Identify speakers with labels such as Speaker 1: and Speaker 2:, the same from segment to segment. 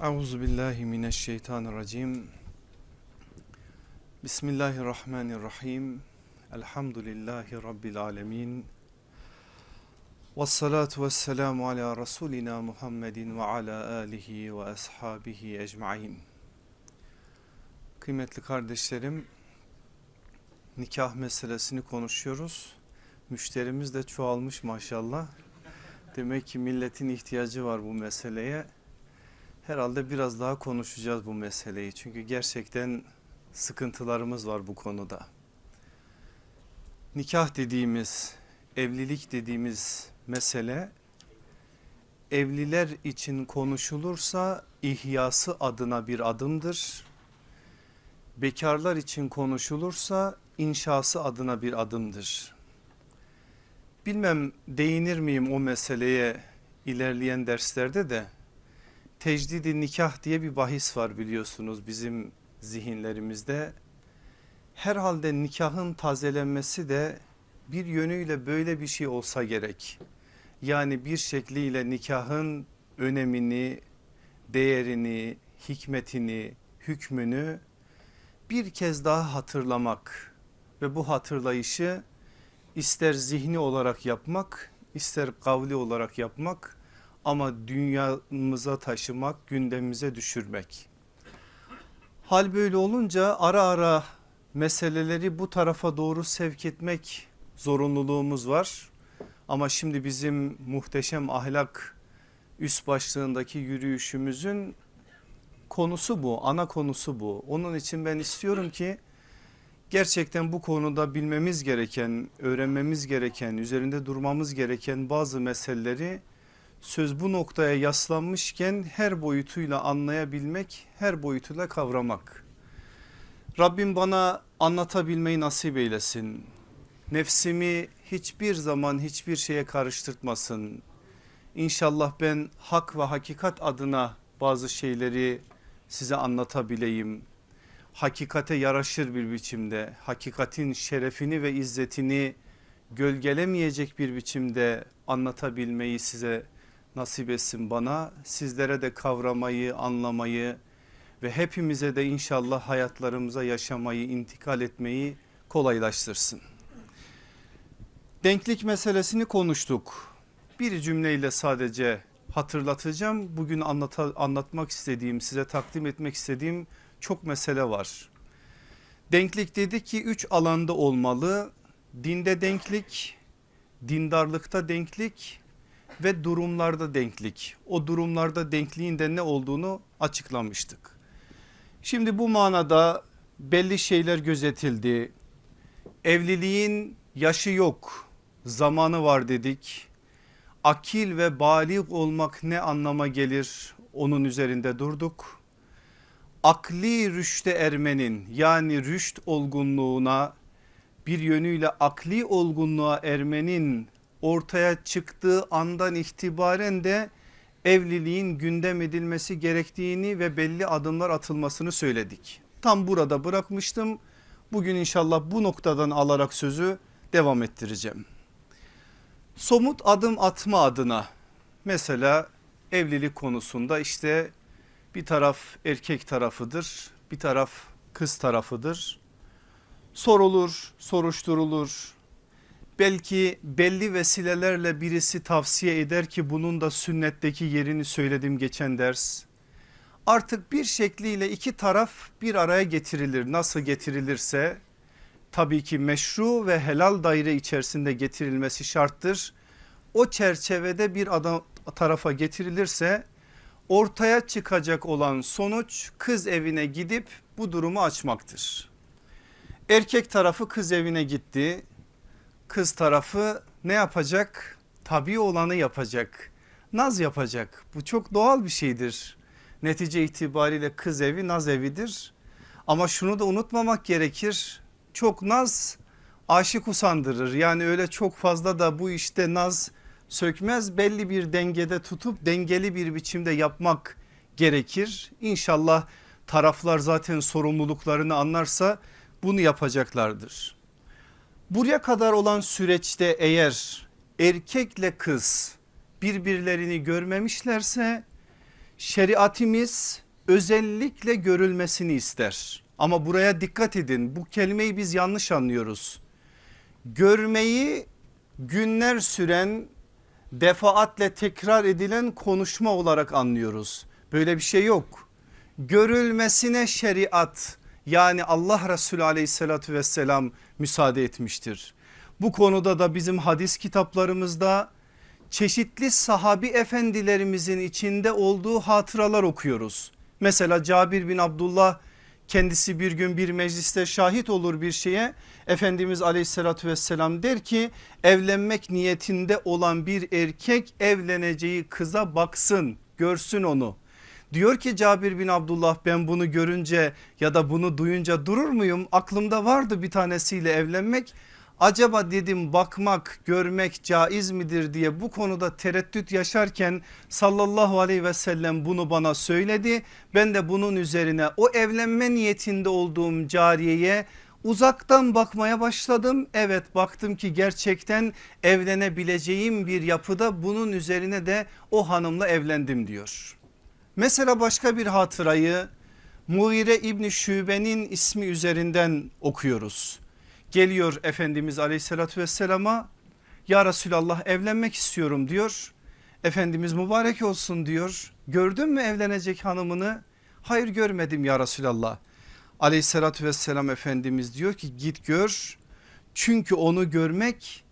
Speaker 1: Euzubillahimineşşeytanirracim. Bismillahirrahmanirrahim. Elhamdülillahi Rabbil alemin. Vessalatu vesselamu ala Resulina Muhammedin ve ala alihi ve ashabihi ecmain. Kıymetli kardeşlerim, nikah meselesini konuşuyoruz. Müşterimiz de çoğalmış maşallah. Demek ki milletin ihtiyacı var bu meseleye. Herhalde biraz daha konuşacağız bu meseleyi. Çünkü gerçekten sıkıntılarımız var bu konuda. Nikah dediğimiz, evlilik dediğimiz mesele evliler için konuşulursa ihyası adına bir adımdır. Bekarlar için konuşulursa inşası adına bir adımdır. Bilmem değinir miyim o meseleye ilerleyen derslerde de. Tecdid-i nikah diye bir bahis var biliyorsunuz bizim zihinlerimizde. Herhalde nikahın tazelenmesi de bir yönüyle böyle bir şey olsa gerek. Yani bir şekliyle nikahın önemini, değerini, hikmetini, hükmünü bir kez daha hatırlamak ve bu hatırlayışı ister zihni olarak yapmak, ister kavli olarak yapmak ama dünyamıza taşımak, gündemimize düşürmek. Hal böyle olunca ara ara meseleleri bu tarafa doğru sevk etmek zorunluluğumuz var. Ama şimdi bizim muhteşem ahlak üst başlığındaki yürüyüşümüzün konusu bu, ana konusu bu. Onun için ben istiyorum ki gerçekten bu konuda bilmemiz gereken, öğrenmemiz gereken, üzerinde durmamız gereken bazı meseleleri söz bu noktaya yaslanmışken her boyutuyla anlayabilmek, her boyutuyla kavramak. Rabbim bana anlatabilmeyi nasip eylesin. Nefsimi hiçbir zaman hiçbir şeye karıştırtmasın. İnşallah ben hak ve hakikat adına bazı şeyleri size anlatabileyim. Hakikate yaraşır bir biçimde, hakikatin şerefini ve izzetini gölgelemeyecek bir biçimde anlatabilmeyi size nasip etsin bana. Sizlere de kavramayı, anlamayı ve hepimize de inşallah hayatlarımıza yaşamayı, intikal etmeyi kolaylaştırsın. Denklik meselesini konuştuk. Bir cümleyle sadece hatırlatacağım. Bugün anlatmak istediğim, size takdim etmek istediğim çok mesele var. Denklik dedi ki 3 alanda olmalı. Dinde denklik, dindarlıkta denklik ve durumlarda denklik. O durumlarda denkliğin de ne olduğunu açıklamıştık. Şimdi bu manada belli şeyler gözetildi. Evliliğin yaşı yok, zamanı var dedik. Akil ve balik olmak ne anlama gelir, onun üzerinde durduk. Akli rüşte ermenin, yani rüşt olgunluğuna, bir yönüyle akli olgunluğa ermenin ortaya çıktığı andan itibaren de evliliğin gündem edilmesi gerektiğini ve belli adımlar atılmasını söyledik. Tam burada bırakmıştım. Bugün inşallah bu noktadan alarak sözü devam ettireceğim. Somut adım atma adına mesela evlilik konusunda işte bir taraf erkek tarafıdır, bir taraf kız tarafıdır. Sorulur, soruşturulur. Belki belli vesilelerle birisi tavsiye eder ki bunun da sünnetteki yerini söyledim geçen ders. Artık bir şekliyle iki taraf bir araya getirilir. Nasıl getirilirse tabii ki meşru ve helal daire içerisinde getirilmesi şarttır. O çerçevede bir tarafa getirilirse ortaya çıkacak olan sonuç kız evine gidip bu durumu açmaktır. Erkek tarafı kız evine gitti. Kız tarafı ne yapacak? Tabii olanı yapacak. Naz yapacak. Bu çok doğal bir şeydir. Netice itibariyle kız evi naz evidir. Ama şunu da unutmamak gerekir. Çok naz aşık usandırır. Yani öyle çok fazla da bu işte naz sökmez. Belli bir dengede tutup dengeli bir biçimde yapmak gerekir. İnşallah taraflar zaten sorumluluklarını anlarsa bunu yapacaklardır. Buraya kadar olan süreçte eğer erkekle kız birbirlerini görmemişlerse şeriatimiz özellikle görülmesini ister. Ama buraya dikkat edin, bu kelimeyi biz yanlış anlıyoruz. Görmeyi günler süren, defaatle tekrar edilen konuşma olarak anlıyoruz. Böyle bir şey yok. Görülmesine şeriat, yani Allah Resulü aleyhissalatü vesselam müsaade etmiştir. Bu konuda da bizim hadis kitaplarımızda çeşitli sahabi efendilerimizin içinde olduğu hatıralar okuyoruz. Mesela Cabir bin Abdullah, kendisi bir gün bir mecliste şahit olur bir şeye. Efendimiz aleyhissalatü vesselam der ki, evlenmek niyetinde olan bir erkek evleneceği kıza baksın, görsün onu. Diyor ki Cabir bin Abdullah, ben bunu görünce ya da bunu duyunca durur muyum? Aklımda vardı bir tanesiyle evlenmek. Acaba dedim, bakmak, görmek caiz midir diye bu konuda tereddüt yaşarken sallallahu aleyhi ve sellem bunu bana söyledi. Ben de bunun üzerine o evlenme niyetinde olduğum cariyeye uzaktan bakmaya başladım. Evet, baktım ki gerçekten evlenebileceğim bir yapıda, bunun üzerine de o hanımla evlendim diyor. Mesela başka bir hatırayı Mughire İbni Şube'nin ismi üzerinden okuyoruz. Geliyor Efendimiz aleyhissalatü vesselama, ya Resulallah evlenmek istiyorum diyor. Efendimiz mübarek olsun diyor. Gördün mü evlenecek hanımını? Hayır, görmedim ya Resulallah. Aleyhissalatü vesselam Efendimiz diyor ki, git gör. Çünkü onu görmek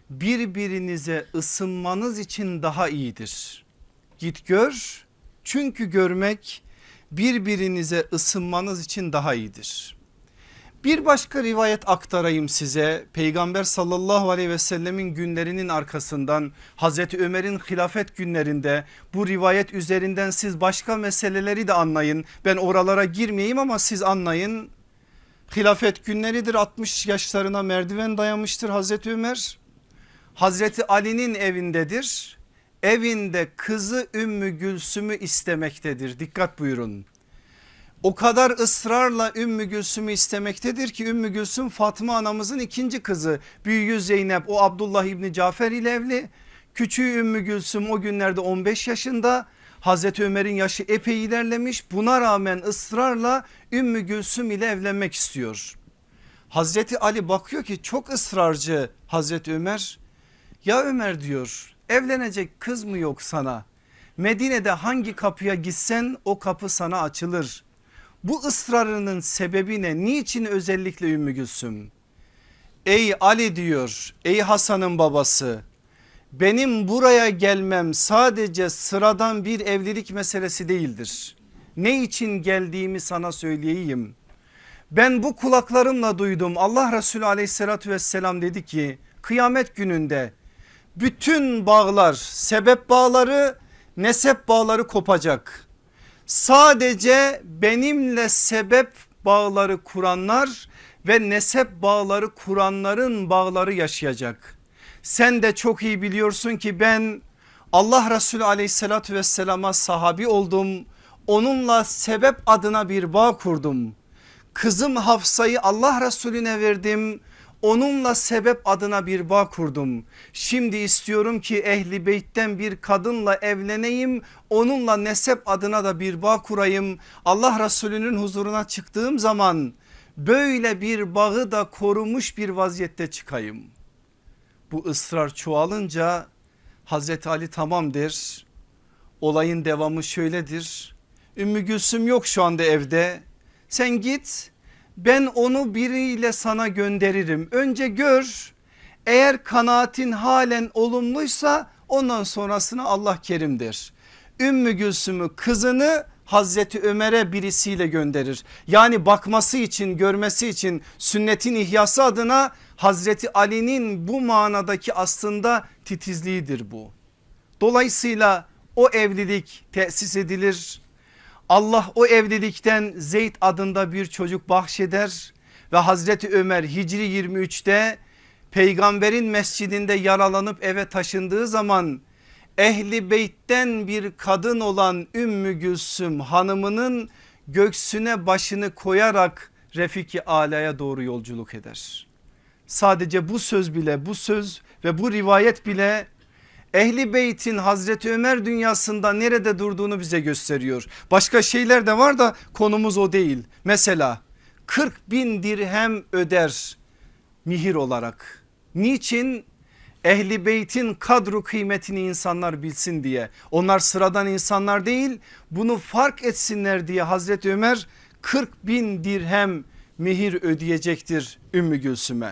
Speaker 1: birbirinize ısınmanız için daha iyidir. Git gör, çünkü görmek birbirinize ısınmanız için daha iyidir. Bir başka rivayet aktarayım size. Peygamber sallallahu aleyhi ve sellemin günlerinin arkasından, Hazreti Ömer'in hilafet günlerinde, bu rivayet üzerinden siz başka meseleleri de anlayın. Ben oralara girmeyeyim ama siz anlayın. Hilafet günleridir, 60 yaşlarına merdiven dayamıştır Hazreti Ömer. Hazreti Ali'nin evindedir. Evinde kızı Ümmü Gülsüm'ü istemektedir. Dikkat buyurun. O kadar ısrarla Ümmü Gülsüm'ü istemektedir ki, Ümmü Gülsüm Fatma anamızın ikinci kızı. Büyüğü Zeynep, o Abdullah İbni Cafer ile evli. Küçüğü Ümmü Gülsüm o günlerde 15 yaşında. Hazreti Ömer'in yaşı epey ilerlemiş. Buna rağmen ısrarla Ümmü Gülsüm ile evlenmek istiyor. Hazreti Ali bakıyor ki çok ısrarcı Hazreti Ömer. Ya Ömer diyor, evlenecek kız mı yok sana? Medine'de hangi kapıya gitsen o kapı sana açılır. Bu ısrarının sebebi ne? Niçin özellikle Ümmü Gülsüm? Ey Ali diyor, ey Hasan'ın babası, benim buraya gelmem sadece sıradan bir evlilik meselesi değildir. Ne için geldiğimi sana söyleyeyim. Ben bu kulaklarımla duydum. Allah Resulü aleyhissalatü vesselam dedi ki, kıyamet gününde bütün bağlar, sebep bağları, nesep bağları kopacak. Sadece benimle sebep bağları kuranlar ve nesep bağları kuranların bağları yaşayacak. Sen de çok iyi biliyorsun ki ben Allah Resulü aleyhissalatü vesselama sahabi oldum. Onunla sebep adına bir bağ kurdum. Kızım Hafsa'yı Allah Resulüne verdim. Onunla sebep adına bir bağ kurdum. Şimdi istiyorum ki Ehli Beyt'ten bir kadınla evleneyim. Onunla nesep adına da bir bağ kurayım. Allah Resulü'nün huzuruna çıktığım zaman böyle bir bağı da korumuş bir vaziyette çıkayım. Bu ısrar çoğalınca Hazreti Ali tamam der. Olayın devamı şöyledir. Ümmü Gülsüm yok şu anda evde. Sen git, ben onu biriyle sana gönderirim. Önce gör, eğer kanaatin halen olumluysa ondan sonrasını Allah kerim der. Ümmü Gülsüm'ü, kızını Hazreti Ömer'e birisiyle gönderir. Yani bakması için, görmesi için, sünnetin ihyası adına Hazreti Ali'nin bu manadaki aslında titizliğidir bu. Dolayısıyla o evlilik tesis edilir. Allah o evlilikten Zeyd adında bir çocuk bahşeder ve Hazreti Ömer Hicri 23'te peygamberin mescidinde yaralanıp eve taşındığı zaman Ehli Beyt'ten bir kadın olan Ümmü Gülsüm hanımının göğsüne başını koyarak Refik-i Ala'ya doğru yolculuk eder. Sadece bu söz bile, bu söz ve bu rivayet bile Ehli Beyt'in Hazreti Ömer dünyasında nerede durduğunu bize gösteriyor. Başka şeyler de var da konumuz o değil. Mesela 40 bin dirhem öder mihir olarak. Niçin? Ehli Beyt'in kadru kıymetini insanlar bilsin diye. Onlar sıradan insanlar değil, bunu fark etsinler diye Hazreti Ömer 40 bin dirhem mihir ödeyecektir Ümmü Gülsüm'e.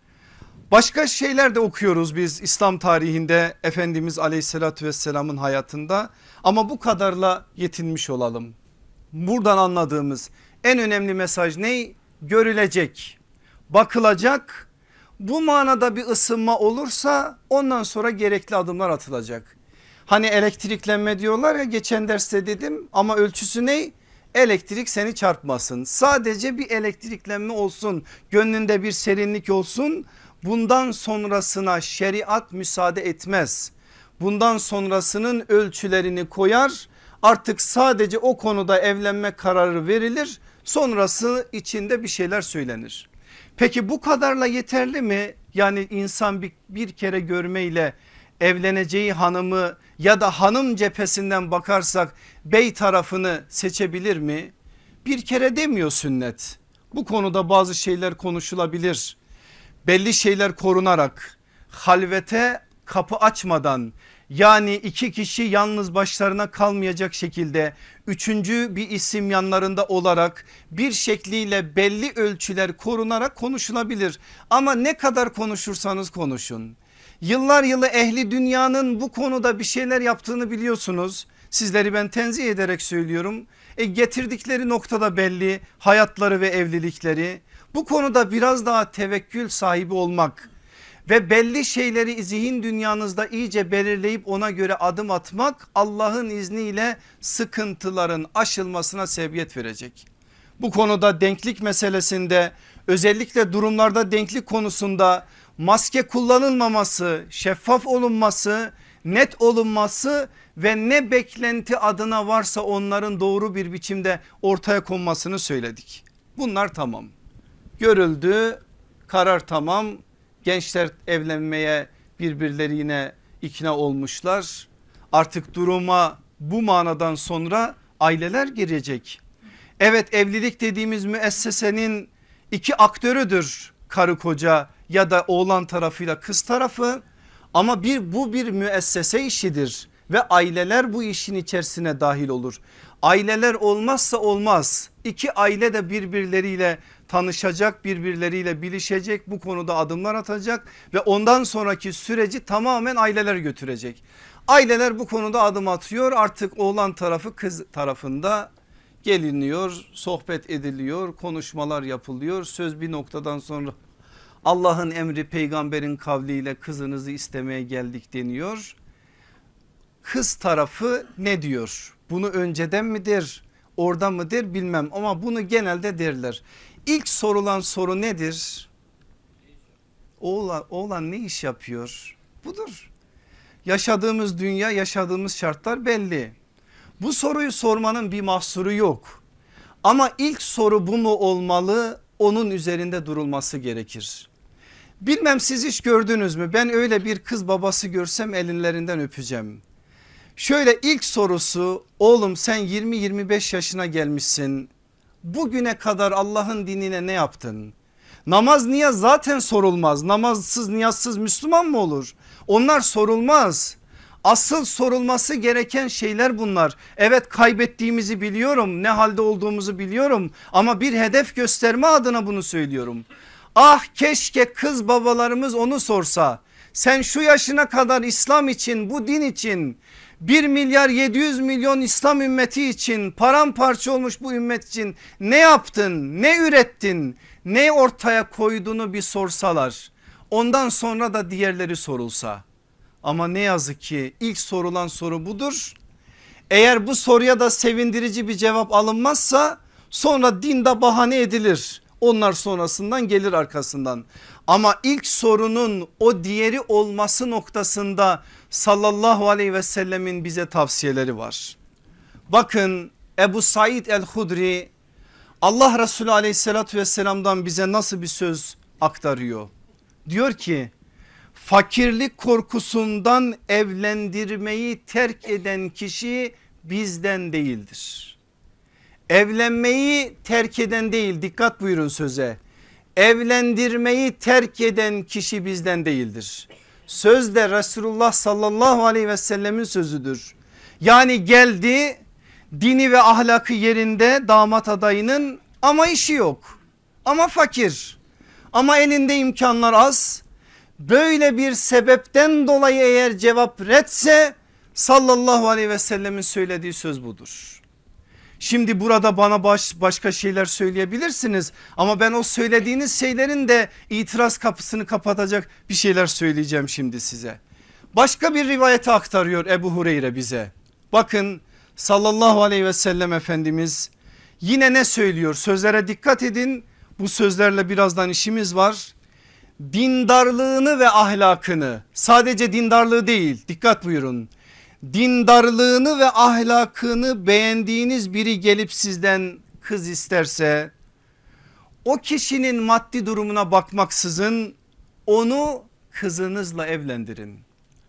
Speaker 1: Başka şeyler de okuyoruz biz İslam tarihinde, Efendimiz aleyhissalatü vesselamın hayatında, ama bu kadarla yetinmiş olalım. Buradan anladığımız en önemli mesaj ne? Görülecek, bakılacak, bu manada bir ısınma olursa ondan sonra gerekli adımlar atılacak. Hani elektriklenme diyorlar ya, geçen derste dedim, ama ölçüsü ne? Elektrik seni çarpmasın, sadece bir elektriklenme olsun, gönlünde bir serinlik olsun. Bundan sonrasına şeriat müsaade etmez. Bundan sonrasının ölçülerini koyar, artık sadece o konuda evlenme kararı verilir, sonrası içinde bir şeyler söylenir. Peki bu kadarla yeterli mi? Yani insan bir kere görmeyle evleneceği hanımı ya da hanım cephesinden bakarsak bey tarafını seçebilir mi? Bir kere demiyor sünnet. Bu konuda bazı şeyler konuşulabilir. Belli şeyler korunarak, halvete kapı açmadan, yani iki kişi yalnız başlarına kalmayacak şekilde üçüncü bir isim yanlarında olarak bir şekliyle belli ölçüler korunarak konuşulabilir. Ama ne kadar konuşursanız konuşun, yıllar yılı ehli dünyanın bu konuda bir şeyler yaptığını biliyorsunuz. Sizleri ben tenzih ederek söylüyorum. Getirdikleri noktada belli, hayatları ve evlilikleri. Bu konuda biraz daha tevekkül sahibi olmak ve belli şeyleri zihin dünyanızda iyice belirleyip ona göre adım atmak Allah'ın izniyle sıkıntıların aşılmasına sebebiyet verecek. Bu konuda denklik meselesinde, özellikle durumlarda denklik konusunda maske kullanılmaması, şeffaf olunması, net olunması ve ne beklenti adına varsa onların doğru bir biçimde ortaya konmasını söyledik. Bunlar tamam, görüldü, karar tamam, gençler evlenmeye birbirlerine ikna olmuşlar. Artık duruma bu manadan sonra aileler girecek. Evet, evlilik dediğimiz müessesenin iki aktörüdür, karı koca ya da oğlan tarafıyla kız tarafı, ama bu bir müessese işidir ve aileler bu işin içerisine dahil olur. Aileler olmazsa olmaz. İki aile de birbirleriyle tanışacak, birbirleriyle bilişecek, bu konuda adımlar atacak ve ondan sonraki süreci tamamen aileler götürecek. Aileler bu konuda adım atıyor, artık oğlan tarafı kız tarafında geliniyor, sohbet ediliyor, konuşmalar yapılıyor. Söz bir noktadan sonra Allah'ın emri peygamberin kavliyle kızınızı istemeye geldik deniyor. Kız tarafı ne diyor? Bunu önceden midir, orada mıdır bilmem, ama bunu genelde derler. İlk sorulan soru nedir? Oğlan ne iş yapıyor? Budur. Yaşadığımız dünya, yaşadığımız şartlar belli. Bu soruyu sormanın bir mahsuru yok. Ama ilk soru bu mu olmalı? Onun üzerinde durulması gerekir. Bilmem siz hiç gördünüz mü? Ben öyle bir kız babası görsem ellerinden öpeceğim. Şöyle ilk sorusu, oğlum sen 20-25 yaşına gelmişsin. Bugüne kadar Allah'ın dinine ne yaptın? Namaz niyaz zaten sorulmaz. Namazsız niyazsız Müslüman mı olur? Onlar sorulmaz. Asıl sorulması gereken şeyler bunlar. Evet, kaybettiğimizi biliyorum, ne halde olduğumuzu biliyorum, ama bir hedef gösterme adına bunu söylüyorum. Ah keşke kız babalarımız onu sorsa. Sen şu yaşına kadar İslam için, bu din için, 1 milyar 700 milyon İslam ümmeti için, paramparça olmuş bu ümmet için ne yaptın, ne ürettin, ne ortaya koyduğunu bir sorsalar. Ondan sonra da diğerleri sorulsa. Ama ne yazık ki ilk sorulan soru budur. Eğer bu soruya da sevindirici bir cevap alınmazsa sonra dinde bahane edilir. Onlar sonrasından gelir arkasından. Ama ilk sorunun o diğeri olması noktasında sallallahu aleyhi ve sellemin bize tavsiyeleri var. Bakın Ebu Said el-Hudri Allah Resulü aleyhissalatü vesselamdan bize nasıl bir söz aktarıyor. Diyor ki fakirlik korkusundan evlendirmeyi terk eden kişi bizden değildir. Evlenmeyi terk eden değil, dikkat buyurun söze. Evlendirmeyi terk eden kişi bizden değildir. Söz de Resulullah sallallahu aleyhi ve sellemin sözüdür. Yani geldi, dini ve ahlakı yerinde damat adayının ama işi yok. Ama fakir, ama elinde imkanlar az. Böyle bir sebepten dolayı eğer cevap retse, sallallahu aleyhi ve sellemin söylediği söz budur. Şimdi burada bana başka şeyler söyleyebilirsiniz ama ben o söylediğiniz şeylerin de itiraz kapısını kapatacak bir şeyler söyleyeceğim şimdi size. Başka bir rivayete aktarıyor Ebu Hureyre bize. Bakın sallallahu aleyhi ve sellem Efendimiz yine ne söylüyor? Sözlere dikkat edin, bu sözlerle birazdan işimiz var. Dindarlığını ve ahlakını, sadece dindarlığı değil, dikkat buyurun. Dindarlığını ve ahlakını beğendiğiniz biri gelip sizden kız isterse, o kişinin maddi durumuna bakmaksızın onu kızınızla evlendirin.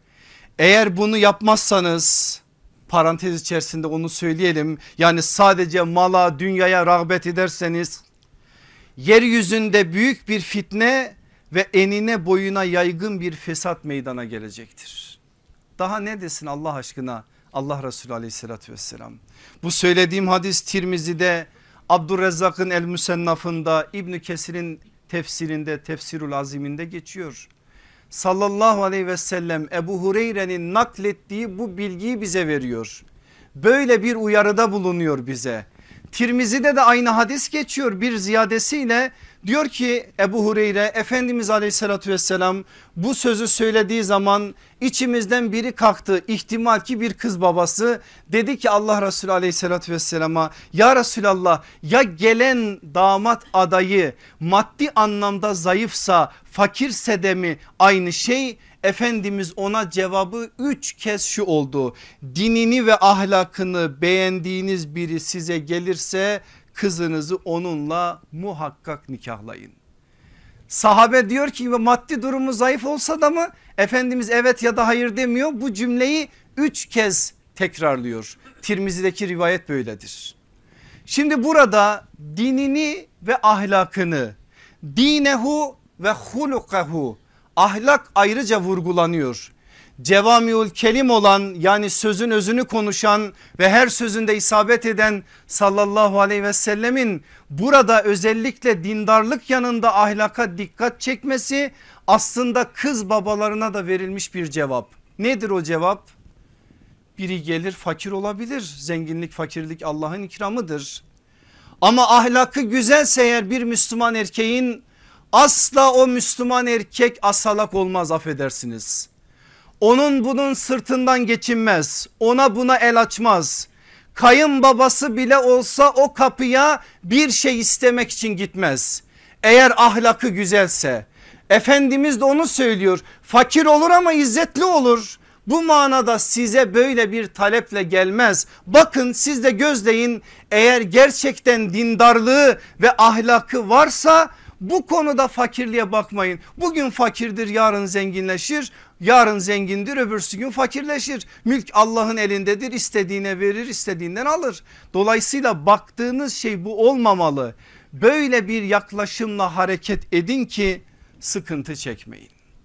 Speaker 1: Eğer bunu yapmazsanız, parantez içerisinde onu söyleyelim, yani sadece mala, dünyaya rağbet ederseniz, yeryüzünde büyük bir fitne ve enine boyuna yaygın bir fesat meydana gelecektir. Daha ne desin Allah aşkına Allah Resulü aleyhissalatü vesselam. Bu söylediğim hadis Tirmizi'de, Abdurrezzak'ın El Müsennaf'ında, İbn Kesir'in tefsirinde, Tefsirul Azim'inde geçiyor. Sallallahu aleyhi ve sellem Ebu Hureyre'nin naklettiği bu bilgiyi bize veriyor. Böyle bir uyarıda bulunuyor bize. Tirmizi'de de aynı hadis geçiyor bir ziyadesiyle. Diyor ki Ebu Hureyre, Efendimiz aleyhissalatü vesselam bu sözü söylediği zaman içimizden biri kalktı, ihtimal ki bir kız babası, dedi ki Allah Resulü aleyhissalatü vesselama, ya Resulallah, ya gelen damat adayı maddi anlamda zayıfsa, fakirse de mi aynı şey? Efendimiz ona cevabı 3 kez şu oldu: dinini ve ahlakını beğendiğiniz biri size gelirse kızınızı onunla muhakkak nikahlayın. Sahabe diyor ki maddi durumu zayıf olsa da mı? Efendimiz evet ya da hayır demiyor, bu cümleyi 3 kez tekrarlıyor. Tirmizi'deki rivayet böyledir. Şimdi burada dinini ve ahlakını, dinehu ve hulukahu, ahlak ayrıca vurgulanıyor. Cevamiül kelim olan, yani sözün özünü konuşan ve her sözünde isabet eden sallallahu aleyhi ve sellemin burada özellikle dindarlık yanında ahlaka dikkat çekmesi aslında kız babalarına da verilmiş bir cevap. Nedir o cevap? Biri gelir fakir olabilir, zenginlik fakirlik Allah'ın ikramıdır. Ama ahlakı güzelse eğer bir Müslüman erkeğin, asla o Müslüman erkek asalak olmaz, affedersiniz. Onun bunun sırtından geçinmez, ona buna el açmaz. Kayınbabası bile olsa o kapıya bir şey istemek için gitmez. Eğer ahlakı güzelse, Efendimiz de onu söylüyor, fakir olur ama izzetli olur. Bu manada size böyle bir taleple gelmez. Bakın siz de gözleyin, eğer gerçekten dindarlığı ve ahlakı varsa bu konuda fakirliğe bakmayın. Bugün fakirdir, yarın zenginleşir. Yarın zengindir, öbürsü gün fakirleşir. Mülk Allah'ın elindedir, istediğine verir, istediğinden alır. Dolayısıyla baktığınız şey bu olmamalı. Böyle bir yaklaşımla hareket edin ki sıkıntı çekmeyin.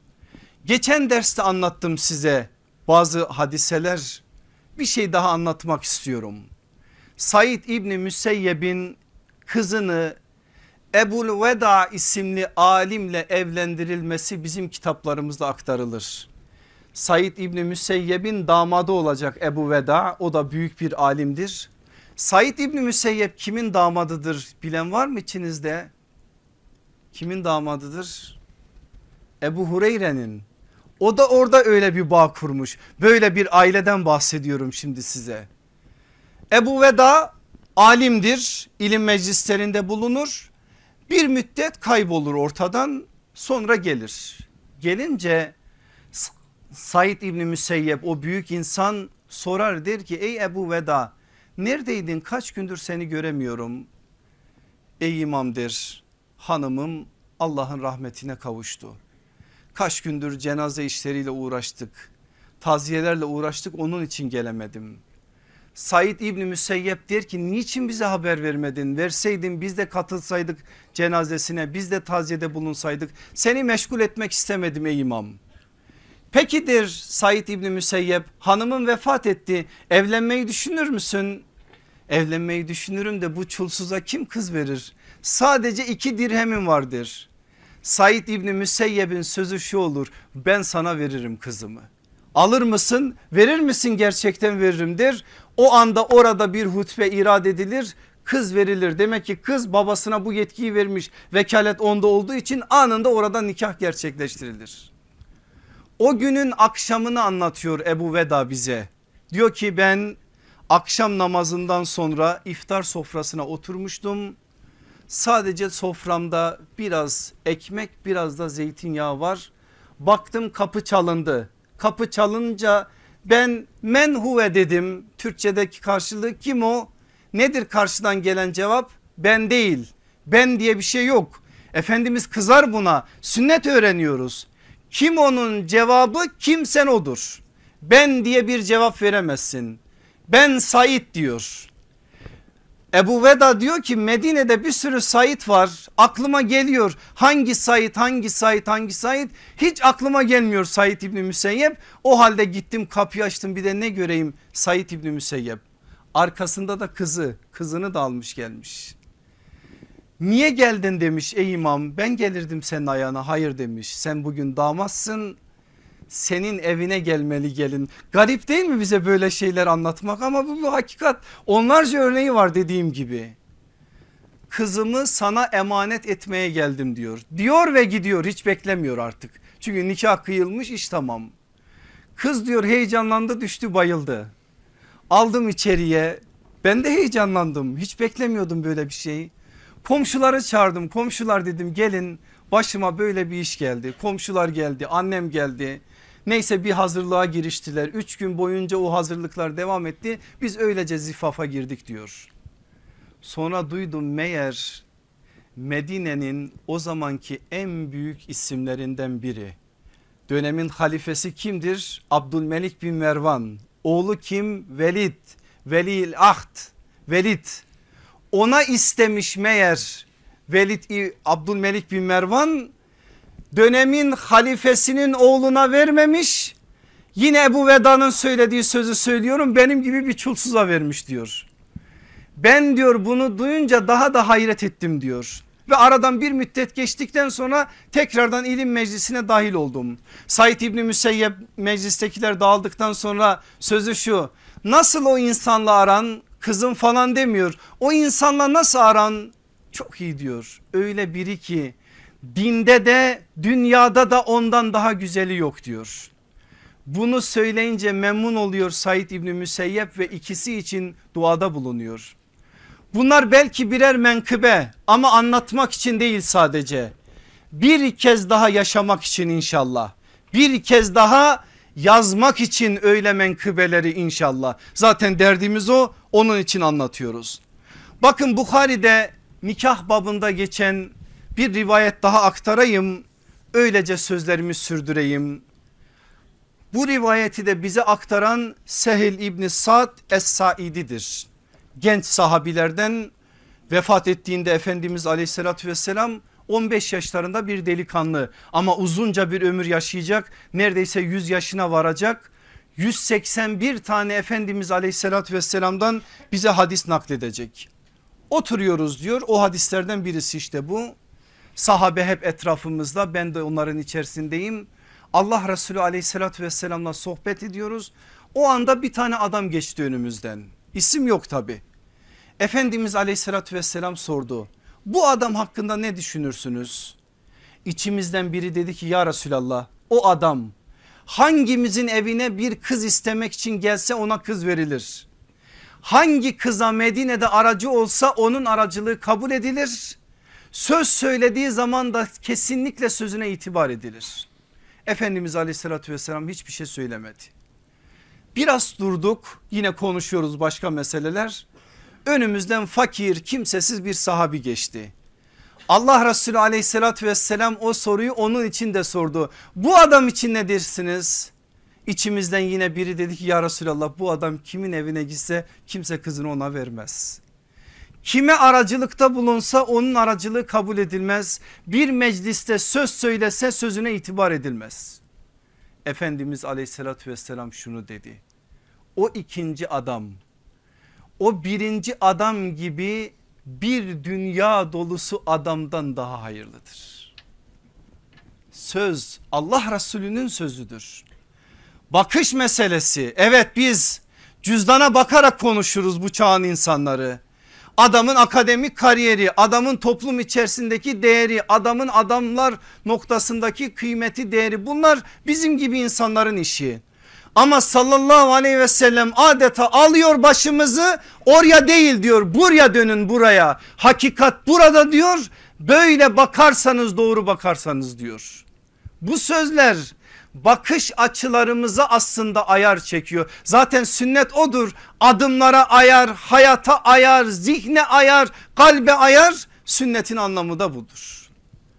Speaker 1: Geçen derste anlattım size bazı hadiseler, bir şey daha anlatmak istiyorum. Said İbni Müseyyeb'in kızını Ebul Veda isimli alimle evlendirilmesi bizim kitaplarımızda aktarılır. Said İbni Müseyyeb'in damadı olacak Ebu Veda, o da büyük bir alimdir. Said İbni Müseyyeb kimin damadıdır bilen var mı içinizde? Kimin damadıdır? Ebu Hureyre'nin. O da orada öyle bir bağ kurmuş. Böyle bir aileden bahsediyorum şimdi size. Ebu Veda alimdir, ilim meclislerinde bulunur. Bir müddet kaybolur ortadan, sonra gelir. Gelince Said İbni Müseyyeb, o büyük insan, sorar, der ki ey Ebu Veda, neredeydin, kaç gündür seni göremiyorum. Ey imam der, hanımım Allah'ın rahmetine kavuştu. Kaç gündür cenaze işleriyle uğraştık. Taziyelerle uğraştık, onun için gelemedim. Said İbni Müseyyep der ki niçin bize haber vermedin? Verseydin biz de katılsaydık cenazesine, biz de taziyede bulunsaydık. Seni meşgul etmek istemedim ey imam. Peki der Said İbni Müseyyep, hanımın vefat etti, evlenmeyi düşünür müsün? Evlenmeyi düşünürüm de bu çulsuza kim kız verir? Sadece 2 dirhemim vardır. Said İbni Müseyyep'in sözü şu olur, ben sana veririm kızımı. Alır mısın, verir misin? Gerçekten veririm der. O anda orada bir hutbe irad edilir, kız verilir. Demek ki kız babasına bu yetkiyi vermiş, vekalet onda olduğu için anında orada nikah gerçekleştirilir. O günün akşamını anlatıyor Ebu Veda bize. Diyor ki ben akşam namazından sonra iftar sofrasına oturmuştum. Sadece soframda biraz ekmek, biraz da zeytinyağı var. Baktım kapı çalındı. Kapı çalınca ben men huve dedim. Türkçedeki karşılığı kim o? Nedir karşıdan gelen cevap? Ben değil. Ben diye bir şey yok. Efendimiz kızar buna. Sünnet öğreniyoruz. Kim onun cevabı, kimsen odur. Ben diye bir cevap veremezsin. Ben Said diyor. Ebu Veda diyor ki Medine'de bir sürü Said var, aklıma geliyor hangi Said, hangi Said, hangi Said, hiç aklıma gelmiyor Said İbni Müseyyep. O halde gittim kapıyı açtım, bir de ne göreyim, Said İbni Müseyyep, arkasında da kızını da almış gelmiş. Niye geldin demiş, ey imam ben gelirdim senin ayağına. Hayır demiş, sen bugün damatsın, senin evine gelmeli gelin. Garip değil mi bize böyle şeyler anlatmak, ama bu hakikat. Onlarca örneği var dediğim gibi. Kızımı sana emanet etmeye geldim diyor. Diyor ve gidiyor, hiç beklemiyor artık. Çünkü nikah kıyılmış, iş tamam. Kız diyor heyecanlandı, düştü bayıldı. Aldım içeriye, ben de heyecanlandım, hiç beklemiyordum böyle bir şeyi. Komşuları çağırdım, komşular dedim gelin, başıma böyle bir iş geldi. Komşular geldi, annem geldi. Neyse bir hazırlığa giriştiler. 3 gün boyunca o hazırlıklar devam etti. Biz öylece zifafa girdik diyor. Sonra duydum meğer Medine'nin o zamanki en büyük isimlerinden biri. Dönemin halifesi kimdir? Abdülmelik bin Mervan. Oğlu kim? Velid. Velil Ahd. Velid. Ona istemiş meğer Abdülmelik bin Mervan, dönemin halifesinin oğluna vermemiş. Yine Ebu Veda'nın söylediği sözü söylüyorum, benim gibi bir çulsuza vermiş diyor. Ben diyor bunu duyunca daha da hayret ettim diyor. Ve aradan bir müddet geçtikten sonra tekrardan ilim meclisine dahil oldum. Said İbni Müseyyep meclistekiler dağıldıktan sonra sözü şu: nasıl o insanla aran, kızım falan demiyor. O insanla nasıl aran? Çok iyi diyor. Öyle biri ki dinde de dünyada da ondan daha güzeli yok diyor. Bunu söyleyince memnun oluyor Said İbni Müseyyep ve ikisi için duada bulunuyor. Bunlar belki birer menkıbe ama anlatmak için değil sadece. Bir kez daha yaşamak için inşallah. Bir kez daha yazmak için öyle menkıbeleri inşallah. Zaten derdimiz o, onun için anlatıyoruz. Bakın Bukhari'de nikah babında geçen bir rivayet daha aktarayım. Öylece sözlerimi sürdüreyim. Bu rivayeti de bize aktaran Sehil İbni Sa'd Es-Saidi'dir. Genç sahabilerden, vefat ettiğinde Efendimiz aleyhissalatü vesselam 15 yaşlarında bir delikanlı, ama uzunca bir ömür yaşayacak, neredeyse 100 yaşına varacak. 181 tane Efendimiz aleyhissalatü vesselamdan bize hadis nakledecek. Oturuyoruz diyor, o hadislerden birisi işte bu. Sahabe hep etrafımızda, ben de onların içerisindeyim. Allah Resulü aleyhissalatü vesselamla sohbet ediyoruz. O anda bir tane adam geçti önümüzden. İsim yok tabi. Efendimiz aleyhissalatü vesselam sordu. Bu adam hakkında ne düşünürsünüz? İçimizden biri dedi ki ya Resulallah, o adam hangimizin evine bir kız istemek için gelse ona kız verilir. Hangi kıza Medine'de aracı olsa onun aracılığı kabul edilir. Söz söylediği zaman da kesinlikle sözüne itibar edilir. Efendimiz aleyhissalatü vesselam hiçbir şey söylemedi. Biraz durduk, yine konuşuyoruz başka meseleler. Önümüzden fakir, kimsesiz bir sahabi geçti. Allah Resulü aleyhissalatü vesselam o soruyu onun için de sordu. Bu adam için ne dersiniz? İçimizden yine biri dedi ki ya Resulallah, bu adam kimin evine gitse kimse kızını ona vermez. Kime aracılıkta bulunsa onun aracılığı kabul edilmez. Bir mecliste söz söylese sözüne itibar edilmez. Efendimiz aleyhissalatü vesselam şunu dedi: o ikinci adam o birinci adam gibi bir dünya dolusu adamdan daha hayırlıdır. Söz Allah Resulü'nün sözüdür. Bakış meselesi, evet biz cüzdana bakarak konuşuruz bu çağın insanları. Adamın akademik kariyeri, adamın toplum içerisindeki değeri, adamın adamlar noktasındaki kıymeti, değeri, bunlar bizim gibi insanların işi. Ama sallallahu aleyhi ve sellem adeta alıyor başımızı, oraya değil diyor, buraya dönün, buraya. Hakikat burada diyor, böyle bakarsanız doğru bakarsanız diyor. Bu sözler bakış açılarımıza aslında ayar çekiyor. Zaten sünnet odur. Adımlara ayar, hayata ayar, zihne ayar, kalbe ayar. Sünnetin anlamı da budur.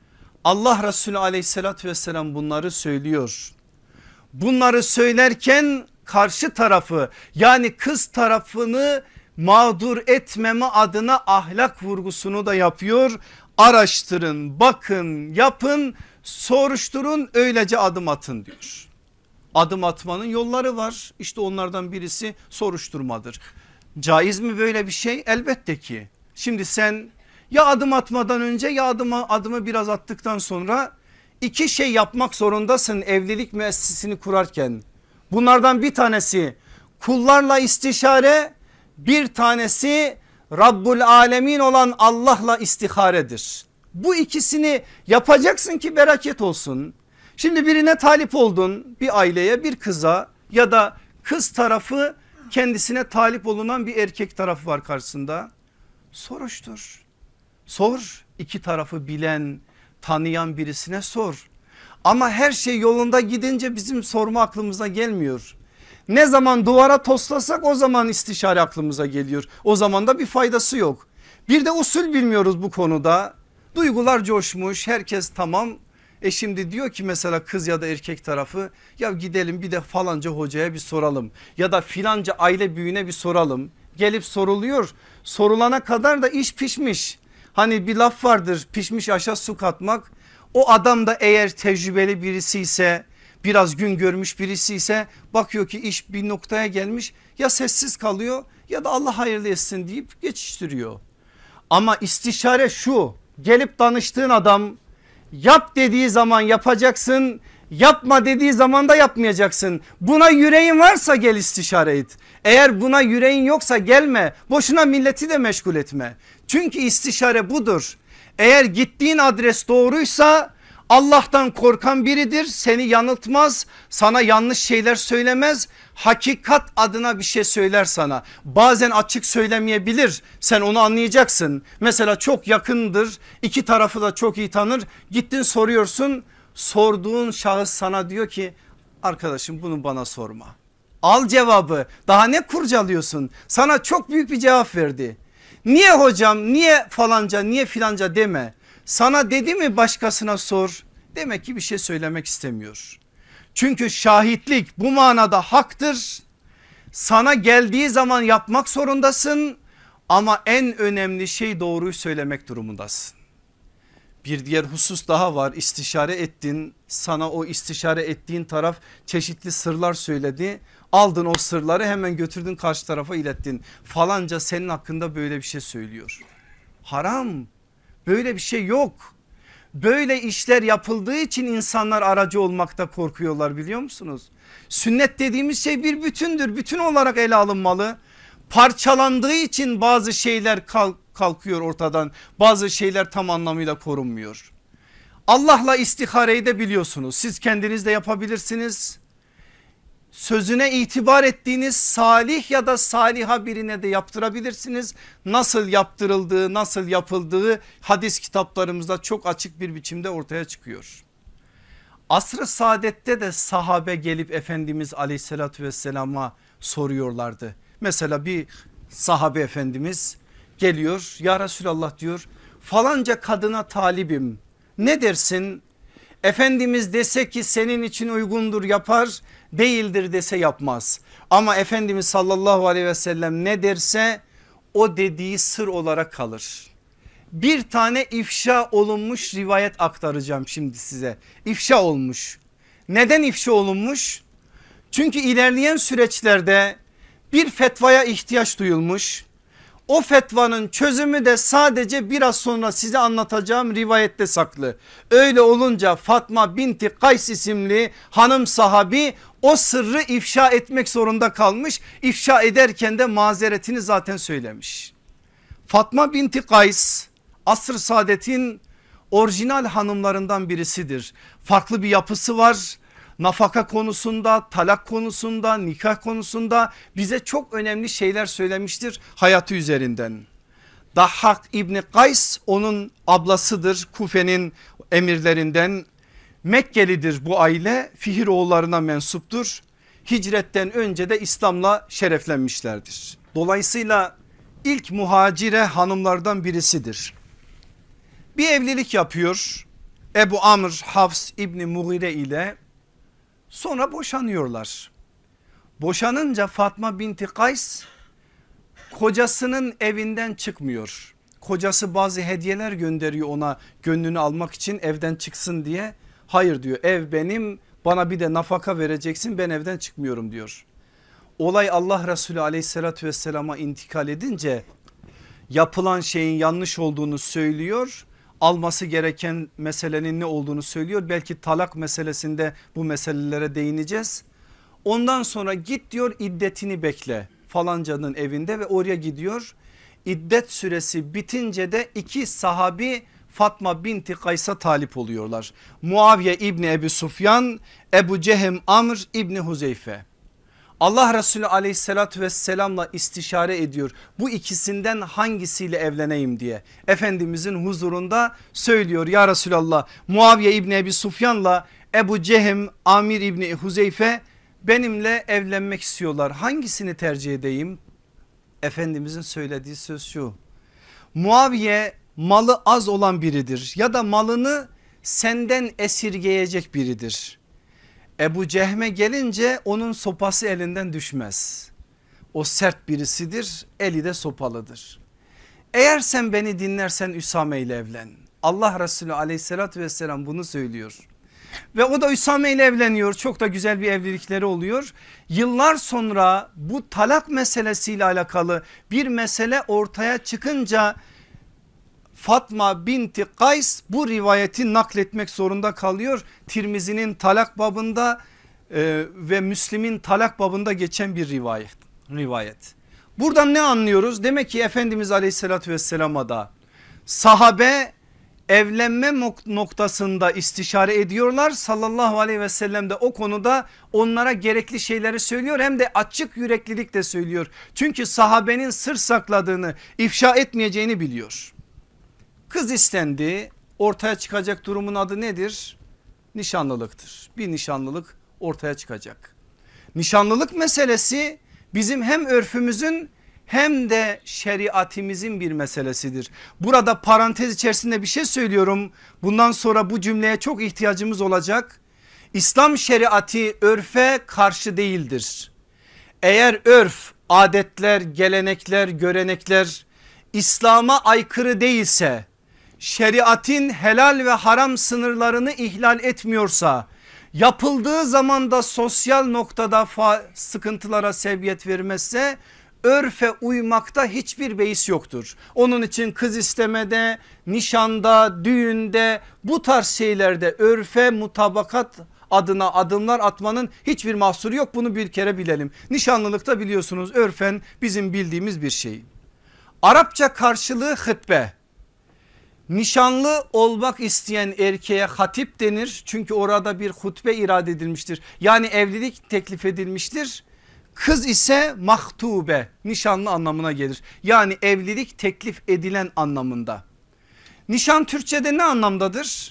Speaker 1: Allah Resulü aleyhissalatü vesselam bunları söylüyor. Bunları söylerken karşı tarafı, yani kız tarafını mağdur etmeme adına ahlak vurgusunu da yapıyor. Araştırın, bakın, yapın, soruşturun, öylece adım atın diyor. Adım atmanın yolları var. İşte onlardan birisi soruşturmadır. Caiz mi böyle bir şey? Elbette ki. Şimdi sen ya adım atmadan önce ya adımı biraz attıktan sonra iki şey yapmak zorundasın evlilik müessesini kurarken. Bunlardan bir tanesi kullarla istişare, bir tanesi Rabbul Alemin olan Allah'la istiharedir. Bu ikisini yapacaksın ki bereket olsun. Şimdi birine talip oldun, bir aileye, bir kıza, ya da kız tarafı kendisine talip olunan bir erkek tarafı var karşısında. Soruştur, sor, iki tarafı bilen, tanıyan birisine sor. Ama her şey yolunda gidince bizim sorma aklımıza gelmiyor. Ne zaman duvara toslasak o zaman istişare aklımıza geliyor. O zaman da bir faydası yok. Bir de usul bilmiyoruz bu konuda. Duygular coşmuş, herkes tamam. Şimdi diyor ki mesela kız ya da erkek tarafı, ya gidelim bir de falanca hocaya bir soralım. Ya da filanca aile büyüğüne bir soralım. Gelip soruluyor. Sorulana kadar da iş pişmiş. Hani bir laf vardır, pişmiş aşa su katmak. O adam da eğer tecrübeli birisi ise, biraz gün görmüş birisi ise, bakıyor ki iş bir noktaya gelmiş, ya sessiz kalıyor ya da Allah hayırlı etsin deyip geçiştiriyor. Ama istişare şu: gelip danıştığın adam yap dediği zaman yapacaksın, yapma dediği zaman da yapmayacaksın. Buna yüreğin varsa gel istişare et. Eğer buna yüreğin yoksa gelme, boşuna milleti de meşgul etme. Çünkü istişare budur. Eğer gittiğin adres doğruysa Allah'tan korkan biridir, seni yanıltmaz, sana yanlış şeyler söylemez, hakikat adına bir şey söyler sana. Bazen açık söylemeyebilir, sen onu anlayacaksın. Mesela çok yakındır, iki tarafı da çok iyi tanır, gittin soruyorsun, sorduğun şahıs sana diyor ki arkadaşım bunu bana sorma. Al cevabı, daha ne kurcalıyorsun, sana çok büyük bir cevap verdi. Niye hocam, niye falanca, niye filanca deme. Sana dedi mi başkasına sor. Demek ki bir şey söylemek istemiyor. Çünkü şahitlik bu manada haktır. Sana geldiği zaman yapmak zorundasın. Ama en önemli şey doğruyu söylemek durumundasın. Bir diğer husus daha var. İstişare ettin. Sana o istişare ettiğin taraf çeşitli sırlar söyledi. Aldın o sırları, hemen götürdün karşı tarafa ilettin. Falanca senin hakkında böyle bir şey söylüyor. Haram. Böyle bir şey yok. Böyle işler yapıldığı için insanlar aracı olmakta korkuyorlar, biliyor musunuz? Sünnet dediğimiz şey bir bütündür. Bütün olarak ele alınmalı. Parçalandığı için bazı şeyler kalkıyor ortadan. Bazı şeyler tam anlamıyla korunmuyor. Allah'la istihareyi de biliyorsunuz. Siz kendiniz de yapabilirsiniz. Sözüne itibar ettiğiniz salih ya da saliha birine de yaptırabilirsiniz. Nasıl yaptırıldığı, nasıl yapıldığı hadis kitaplarımızda çok açık bir biçimde ortaya çıkıyor. Asr-ı saadette de sahabe gelip Efendimiz aleyhissalatü vesselama soruyorlardı. Mesela bir sahabe efendimiz geliyor, ya Resulallah diyor, falanca kadına talibim, ne dersin? Efendimiz dese ki senin için uygundur yapar, değildir dese yapmaz. Ama Efendimiz sallallahu aleyhi ve sellem ne derse o dediği sır olarak kalır. Bir tane ifşa olunmuş rivayet aktaracağım şimdi size. İfşa olmuş. Neden ifşa olunmuş? Çünkü ilerleyen süreçlerde bir fetvaya ihtiyaç duyulmuş. O fetvanın çözümü de sadece biraz sonra size anlatacağım rivayette saklı. Öyle olunca Fatma binti Kays isimli hanım sahabi o sırrı ifşa etmek zorunda kalmış. İfşa ederken de mazeretini zaten söylemiş. Fatma binti Kays asr-ı saadetin orijinal hanımlarından birisidir. Farklı bir yapısı var. Nafaka konusunda, talak konusunda, nikah konusunda bize çok önemli şeyler söylemiştir hayatı üzerinden. Dahhak İbni Kays onun ablasıdır, Kufe'nin emirlerinden. Mekkelidir bu aile, Fihr oğullarına mensuptur. Hicretten önce de İslam'la şereflenmişlerdir. Dolayısıyla ilk muhacire hanımlardan birisidir. Bir evlilik yapıyor Ebu Amr Hafs İbni Mughire ile, sonra boşanıyorlar. Boşanınca Fatma binti Kays kocasının evinden çıkmıyor. Kocası bazı hediyeler gönderiyor ona, gönlünü almak için, evden çıksın diye. Hayır diyor, ev benim, bana bir de nafaka vereceksin, ben evden çıkmıyorum diyor. Olay Allah Resulü aleyhissalatü vesselama intikal edince yapılan şeyin yanlış olduğunu söylüyor. Alması gereken meselenin ne olduğunu söylüyor. Belki talak meselesinde bu meselelere değineceğiz. Ondan sonra git diyor, iddetini bekle falancanın evinde ve oraya gidiyor. İddet süresi bitince de iki sahabi Fatma binti Kays'a talip oluyorlar. Muaviye İbni Ebu Sufyan, Ebu Cehem Amr İbni Huzeyfe. Allah Resulü aleyhissalatü vesselamla istişare ediyor. Bu ikisinden hangisiyle evleneyim diye. Efendimizin huzurunda söylüyor, ya Resulallah, Muaviye İbni Ebu Sufyan'la Ebu Cehem Amir İbni Huzeyfe benimle evlenmek istiyorlar. Hangisini tercih edeyim? Efendimizin söylediği söz şu: Muaviye malı az olan biridir ya da malını senden esirgeyecek biridir. Ebu Cehme gelince onun sopası elinden düşmez. O sert birisidir, eli de sopalıdır. Eğer sen beni dinlersen Üsame ile evlen. Allah Resulü aleyhissalatü vesselam bunu söylüyor. Ve o da Üsame ile evleniyor. Çok da güzel bir evlilikleri oluyor. Yıllar sonra bu talak meselesiyle alakalı bir mesele ortaya çıkınca Fatma binti Kays bu rivayeti nakletmek zorunda kalıyor. Tirmizi'nin talak babında ve Müslim'in talak babında geçen bir rivayet. Buradan ne anlıyoruz? Demek ki Efendimiz aleyhissalatü vesselama da sahabe evlenme noktasında istişare ediyorlar. Sallallahu aleyhi ve sellem de o konuda onlara gerekli şeyleri söylüyor, hem de açık yüreklilikle söylüyor. Çünkü sahabenin sır sakladığını, ifşa etmeyeceğini biliyor. Kız istendi, ortaya çıkacak durumun adı nedir? Nişanlılıktır. Bir nişanlılık ortaya çıkacak. Nişanlılık meselesi bizim hem örfümüzün hem de şeriatimizin bir meselesidir. Burada parantez içerisinde bir şey söylüyorum. Bundan sonra bu cümleye çok ihtiyacımız olacak. İslam şeriatı örfe karşı değildir. Eğer örf, adetler, gelenekler, görenekler İslam'a aykırı değilse, şeriatın helal ve haram sınırlarını ihlal etmiyorsa, yapıldığı zaman da sosyal noktada sıkıntılara sebebiyet vermezse, örfe uymakta hiçbir beis yoktur. Onun için kız istemede, nişanda, düğünde, bu tarz şeylerde örfe mutabakat adına adımlar atmanın hiçbir mahsuru yok. Bunu bir kere bilelim. Nişanlılıkta biliyorsunuz örfen bizim bildiğimiz bir şey. Arapça karşılığı hıtbe. Nişanlı olmak isteyen erkeğe hatip denir. Çünkü orada bir hutbe irade edilmiştir. Yani evlilik teklif edilmiştir. Kız ise mahtube, nişanlı anlamına gelir. Yani evlilik teklif edilen anlamında. Nişan Türkçe'de ne anlamdadır?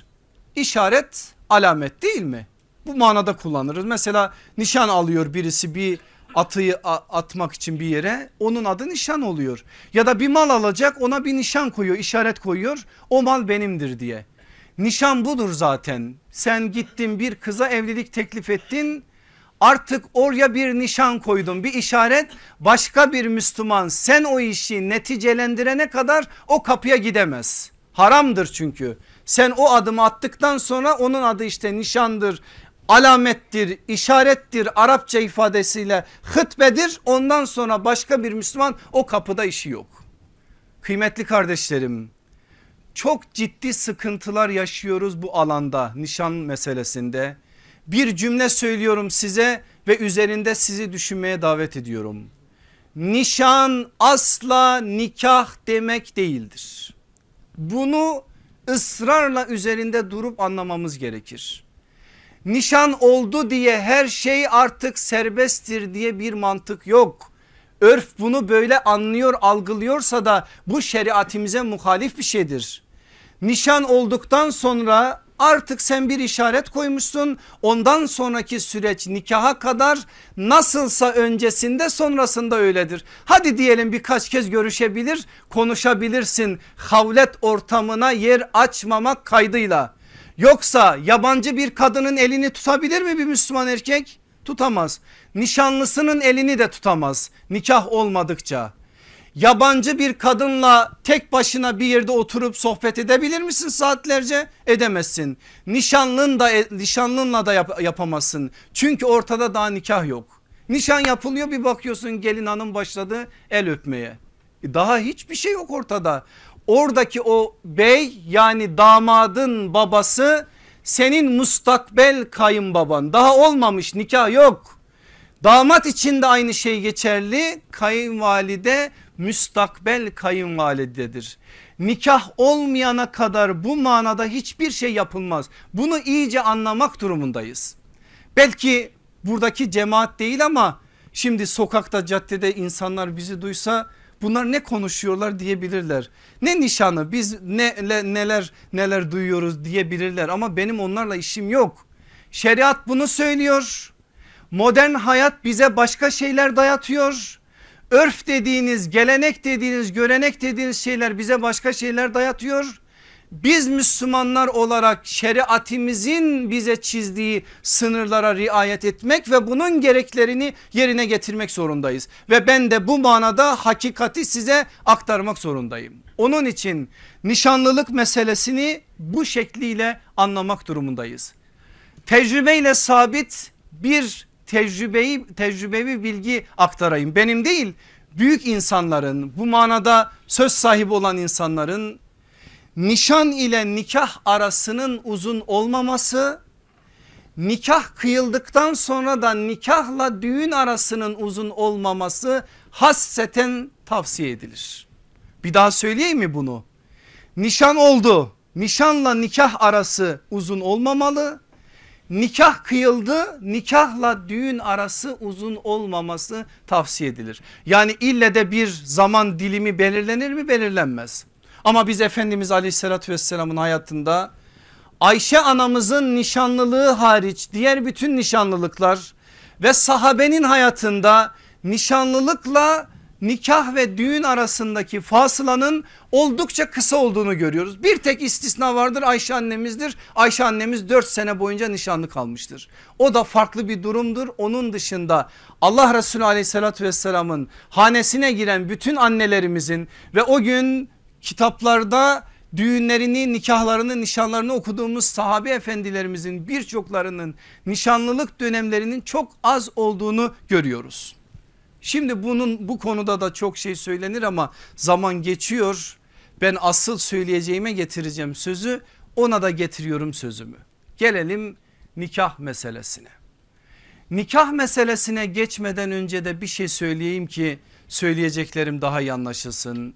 Speaker 1: İşaret, alamet değil mi? Bu manada kullanırız. Mesela nişan alıyor birisi bir atıyı atmak için bir yere, onun adı nişan oluyor. Ya da bir mal alacak, ona bir nişan koyuyor, işaret koyuyor, o mal benimdir diye. Nişan budur zaten. Sen gittin bir kıza evlilik teklif ettin, artık oraya bir nişan koydun, bir işaret. Başka bir Müslüman sen o işi neticelendirene kadar o kapıya gidemez. Haramdır çünkü. Sen o adımı attıktan sonra onun adı işte nişandır, alamettir, işarettir, Arapça ifadesiyle hıtbedir. Ondan sonra başka bir Müslüman o kapıda işi yok. Kıymetli kardeşlerim, çok ciddi sıkıntılar yaşıyoruz bu alanda, nişan meselesinde. Bir cümle söylüyorum size ve üzerinde sizi düşünmeye davet ediyorum. Nişan asla nikah demek değildir. Bunu ısrarla üzerinde durup anlamamız gerekir. Nişan oldu diye her şey artık serbesttir diye bir mantık yok. Örf bunu böyle anlıyor, algılıyorsa da bu şeriatimize muhalif bir şeydir. Nişan olduktan sonra artık sen bir işaret koymuşsun. Ondan sonraki süreç nikaha kadar nasılsa öncesinde sonrasında öyledir. Hadi diyelim birkaç kez görüşebilir, konuşabilirsin havlet ortamına yer açmamak kaydıyla. Yoksa yabancı bir kadının elini tutabilir mi bir Müslüman erkek? Tutamaz. Nişanlısının elini de tutamaz nikah olmadıkça. Yabancı bir kadınla tek başına bir yerde oturup sohbet edebilir misin saatlerce? Edemezsin. Nişanlınla da yapamazsın. Çünkü ortada daha nikah yok. Nişan yapılıyor, bir bakıyorsun gelin hanım başladı el öpmeye. Daha hiçbir şey yok ortada. Oradaki o bey, yani damadın babası senin mustakbel kayınbaban, daha olmamış, nikah yok. Damat için de aynı şey geçerli, kayınvalide müstakbel kayınvalidedir. Nikah olmayana kadar bu manada hiçbir şey yapılmaz. Bunu iyice anlamak durumundayız. Belki buradaki cemaat değil ama şimdi sokakta, caddede insanlar bizi duysa bunlar ne konuşuyorlar diyebilirler. Ne nişanı, biz neler duyuyoruz diyebilirler ama benim onlarla işim yok. Şeriat bunu söylüyor. Modern hayat bize başka şeyler dayatıyor. Örf dediğiniz, gelenek dediğiniz, görenek dediğiniz şeyler bize başka şeyler dayatıyor. Biz Müslümanlar olarak şeriatimizin bize çizdiği sınırlara riayet etmek ve bunun gereklerini yerine getirmek zorundayız. Ve ben de bu manada hakikati size aktarmak zorundayım. Onun için nişanlılık meselesini bu şekliyle anlamak durumundayız. Tecrübeyle sabit bir tecrübevi bilgi aktarayım. Benim değil, büyük insanların, bu manada söz sahibi olan insanların nişan ile nikah arasının uzun olmaması, nikah kıyıldıktan sonra da nikahla düğün arasının uzun olmaması hasseten tavsiye edilir. Bir daha söyleyeyim mi bunu? Nişan oldu, nişanla nikah arası uzun olmamalı. Nikah kıyıldı, nikahla düğün arası uzun olmaması tavsiye edilir. Yani ille de bir zaman dilimi belirlenir mi? Belirlenmez. Ama biz Efendimiz Aleyhisselatü Vesselam'ın hayatında Ayşe anamızın nişanlılığı hariç diğer bütün nişanlılıklar ve sahabenin hayatında nişanlılıkla nikah ve düğün arasındaki fasılanın oldukça kısa olduğunu görüyoruz. Bir tek istisna vardır, Ayşe annemizdir. Ayşe annemiz 4 sene boyunca nişanlı kalmıştır. O da farklı bir durumdur. Onun dışında Allah Resulü Aleyhisselatü Vesselam'ın hanesine giren bütün annelerimizin ve o gün kitaplarda düğünlerini, nikahlarını, nişanlarını okuduğumuz sahabe efendilerimizin birçoklarının nişanlılık dönemlerinin çok az olduğunu görüyoruz. Şimdi bu konuda da çok şey söylenir ama zaman geçiyor. Ben asıl söyleyeceğime getireceğim sözü, ona da getiriyorum sözümü. Gelelim nikah meselesine. Nikah meselesine geçmeden önce de bir şey söyleyeyim ki söyleyeceklerim daha iyi anlaşılsın.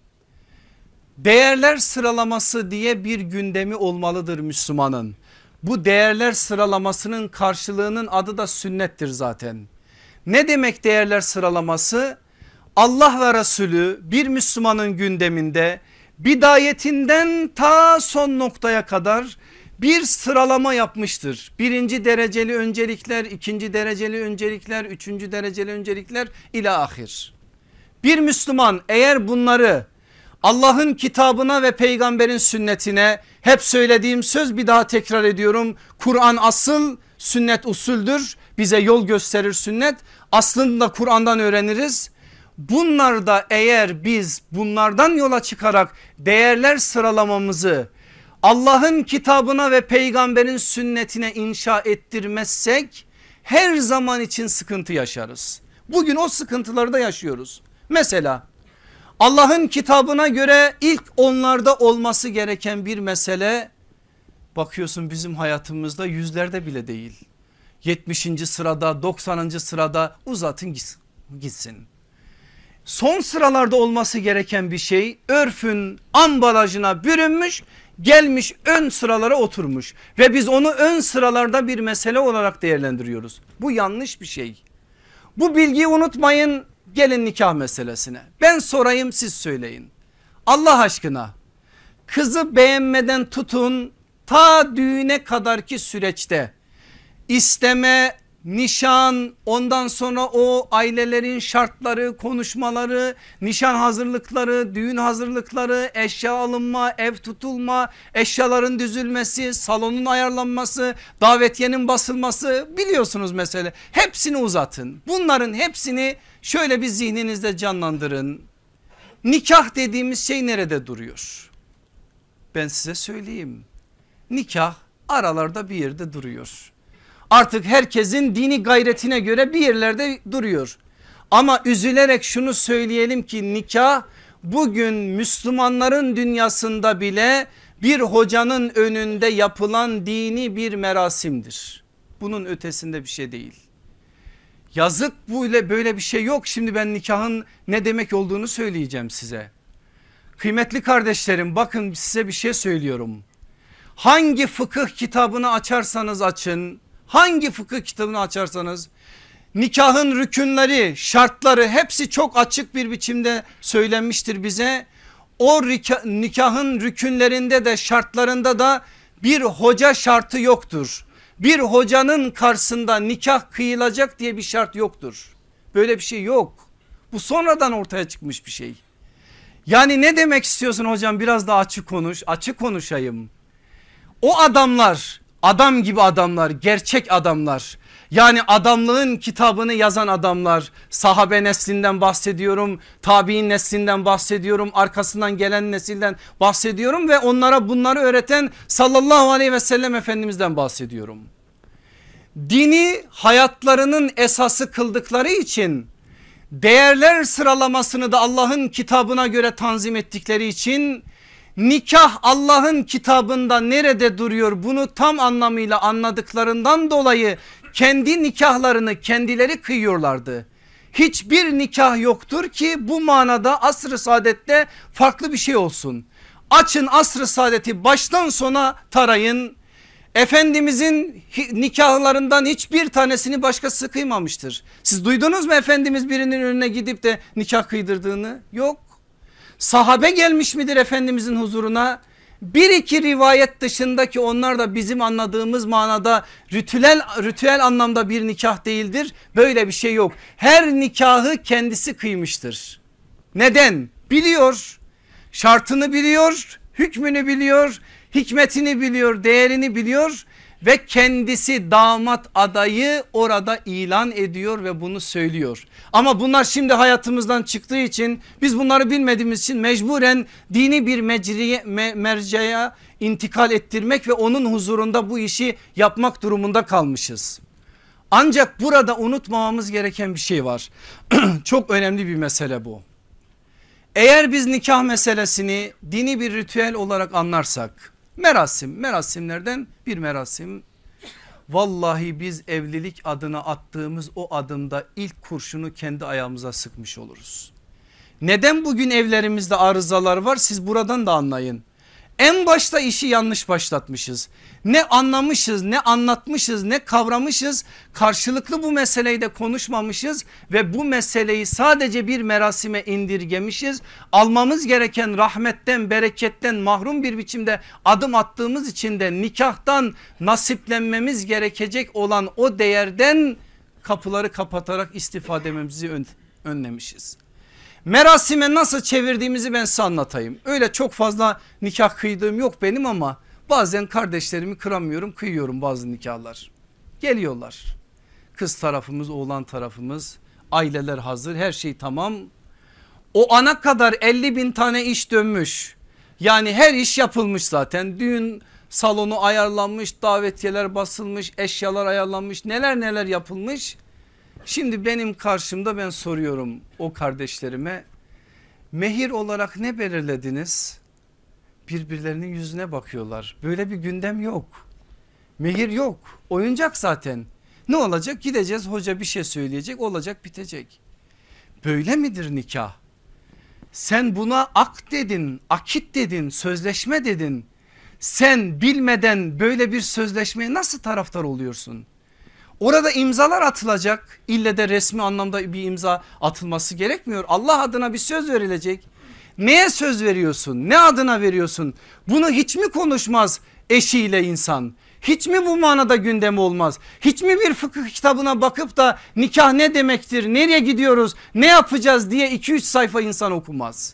Speaker 1: Değerler sıralaması diye bir gündemi olmalıdır Müslümanın. Bu değerler sıralamasının karşılığının adı da sünnettir zaten. Ne demek değerler sıralaması? Allah ve Resulü bir Müslümanın gündeminde bidayetinden ta son noktaya kadar bir sıralama yapmıştır. Birinci dereceli öncelikler, ikinci dereceli öncelikler, üçüncü dereceli öncelikler ila ahir. Bir Müslüman eğer bunları Allah'ın kitabına ve peygamberin sünnetine, hep söylediğim söz, bir daha tekrar ediyorum. Kur'an asıl, sünnet usuldür. Bize yol gösterir sünnet. Aslında Kur'an'dan öğreniriz. Bunlar da eğer biz bunlardan yola çıkarak değerler sıralamamızı Allah'ın kitabına ve peygamberin sünnetine inşa ettirmezsek her zaman için sıkıntı yaşarız. Bugün o sıkıntıları da yaşıyoruz. Mesela Allah'ın kitabına göre ilk onlarda olması gereken bir mesele, bakıyorsun bizim hayatımızda yüzlerde bile değil. 70. sırada, 90. sırada, uzatın gitsin. Son sıralarda olması gereken bir şey örfün ambalajına bürünmüş, gelmiş ön sıralara oturmuş ve biz onu ön sıralarda bir mesele olarak değerlendiriyoruz. Bu yanlış bir şey. Bu bilgiyi unutmayın. Gelin nikah meselesine. Ben sorayım, siz söyleyin. Allah aşkına kızı beğenmeden tutun ta düğüne kadarki süreçte isteme, nişan, ondan sonra o ailelerin şartları, konuşmaları, nişan hazırlıkları, düğün hazırlıkları, eşya alınma, ev tutulma, eşyaların düzülmesi, salonun ayarlanması, davetiyenin basılması, biliyorsunuz mesele. Hepsini uzatın. Bunların hepsini şöyle bir zihninizde canlandırın. Nikah dediğimiz şey nerede duruyor? Ben size söyleyeyim. Nikah aralarda bir yerde duruyor. Artık herkesin dini gayretine göre bir yerlerde duruyor. Ama üzülerek şunu söyleyelim ki nikah bugün Müslümanların dünyasında bile bir hocanın önünde yapılan dini bir merasimdir. Bunun ötesinde bir şey değil. Yazık, böyle bir şey yok. Şimdi ben nikahın ne demek olduğunu söyleyeceğim size. Kıymetli kardeşlerim, bakın size bir şey söylüyorum. Hangi fıkıh kitabını açarsanız açın, hangi fıkıh kitabını açarsanız nikahın rükünleri, şartları hepsi çok açık bir biçimde söylenmiştir bize. O nikahın rükünlerinde de şartlarında da bir hoca şartı yoktur. Bir hocanın karşısında nikah kıyılacak diye bir şart yoktur. Böyle bir şey yok. Bu sonradan ortaya çıkmış bir şey. Yani ne demek istiyorsun hocam, biraz daha açık konuş. Açık konuşayım. O adamlar, adam gibi adamlar, gerçek adamlar, yani adamlığın kitabını yazan adamlar, sahabe neslinden bahsediyorum, tabi'in neslinden bahsediyorum, arkasından gelen nesilden bahsediyorum ve onlara bunları öğreten sallallahu aleyhi ve sellem Efendimiz'den bahsediyorum. Dini hayatlarının esası kıldıkları için, değerler sıralamasını da Allah'ın kitabına göre tanzim ettikleri için, nikah Allah'ın kitabında nerede duruyor bunu tam anlamıyla anladıklarından dolayı kendi nikahlarını kendileri kıyıyorlardı. Hiçbir nikah yoktur ki bu manada asr-ı saadette farklı bir şey olsun. Açın asr-ı saadeti baştan sona tarayın. Efendimizin nikahlarından hiçbir tanesini başkası kıymamıştır. Siz duydunuz mu Efendimiz birinin önüne gidip de nikah kıydırdığını? Yok. Sahabe gelmiş midir Efendimizin huzuruna? Bir iki rivayet dışındaki onlar da bizim anladığımız manada ritüel anlamda bir nikah değildir. Böyle bir şey yok. Her nikahı kendisi kıymıştır. Neden? Biliyor. Şartını biliyor, hükmünü biliyor, hikmetini biliyor, değerini biliyor ve kendisi damat adayı orada ilan ediyor ve bunu söylüyor. Ama bunlar şimdi hayatımızdan çıktığı için, biz bunları bilmediğimiz için mecburen dini bir merceğe intikal ettirmek ve onun huzurunda bu işi yapmak durumunda kalmışız. Ancak burada unutmamamız gereken bir şey var. Çok önemli bir mesele bu. Eğer biz nikah meselesini dini bir ritüel olarak anlarsak, merasimlerden bir merasim, vallahi biz evlilik adına attığımız o adımda ilk kurşunu kendi ayağımıza sıkmış oluruz. Neden bugün evlerimizde arızalar var, siz buradan da anlayın. En başta işi yanlış başlatmışız. Ne anlamışız, ne anlatmışız, ne kavramışız. Karşılıklı bu meseleyi de konuşmamışız ve bu meseleyi sadece bir merasime indirgemişiz. Almamız gereken rahmetten, bereketten mahrum bir biçimde adım attığımız için de nikahtan nasiplenmemiz gerekecek olan o değerden kapıları kapatarak istifademizi önlemişiz. Merasime nasıl çevirdiğimizi ben size anlatayım. Öyle çok fazla nikah kıydığım yok benim ama bazen kardeşlerimi kıramıyorum, kıyıyorum bazı nikahlar. Geliyorlar. Kız tarafımız, oğlan tarafımız, aileler hazır, her şey tamam. O ana kadar 50 bin tane iş dönmüş. Yani her iş yapılmış zaten. Düğün salonu ayarlanmış, davetiyeler basılmış, eşyalar ayarlanmış, neler neler yapılmış. Şimdi benim karşımda ben soruyorum o kardeşlerime, mehir olarak ne belirlediniz? Birbirlerinin yüzüne bakıyorlar. Böyle bir gündem yok. Mehir yok. Oyuncak zaten. Ne olacak? Gideceğiz, hoca bir şey söyleyecek, olacak, bitecek. Böyle midir nikah? Sen buna ak dedin, akit dedin, sözleşme dedin. Sen bilmeden böyle bir sözleşmeye nasıl taraftar oluyorsun? Orada imzalar atılacak. İlle de resmi anlamda bir imza atılması gerekmiyor. Allah adına bir söz verilecek. Neye söz veriyorsun? Ne adına veriyorsun? Bunu hiç mi konuşmaz eşiyle insan? Hiç mi bu manada gündem olmaz? Hiç mi bir fıkıh kitabına bakıp da nikah ne demektir? Nereye gidiyoruz? Ne yapacağız diye 2-3 sayfa insan okumaz.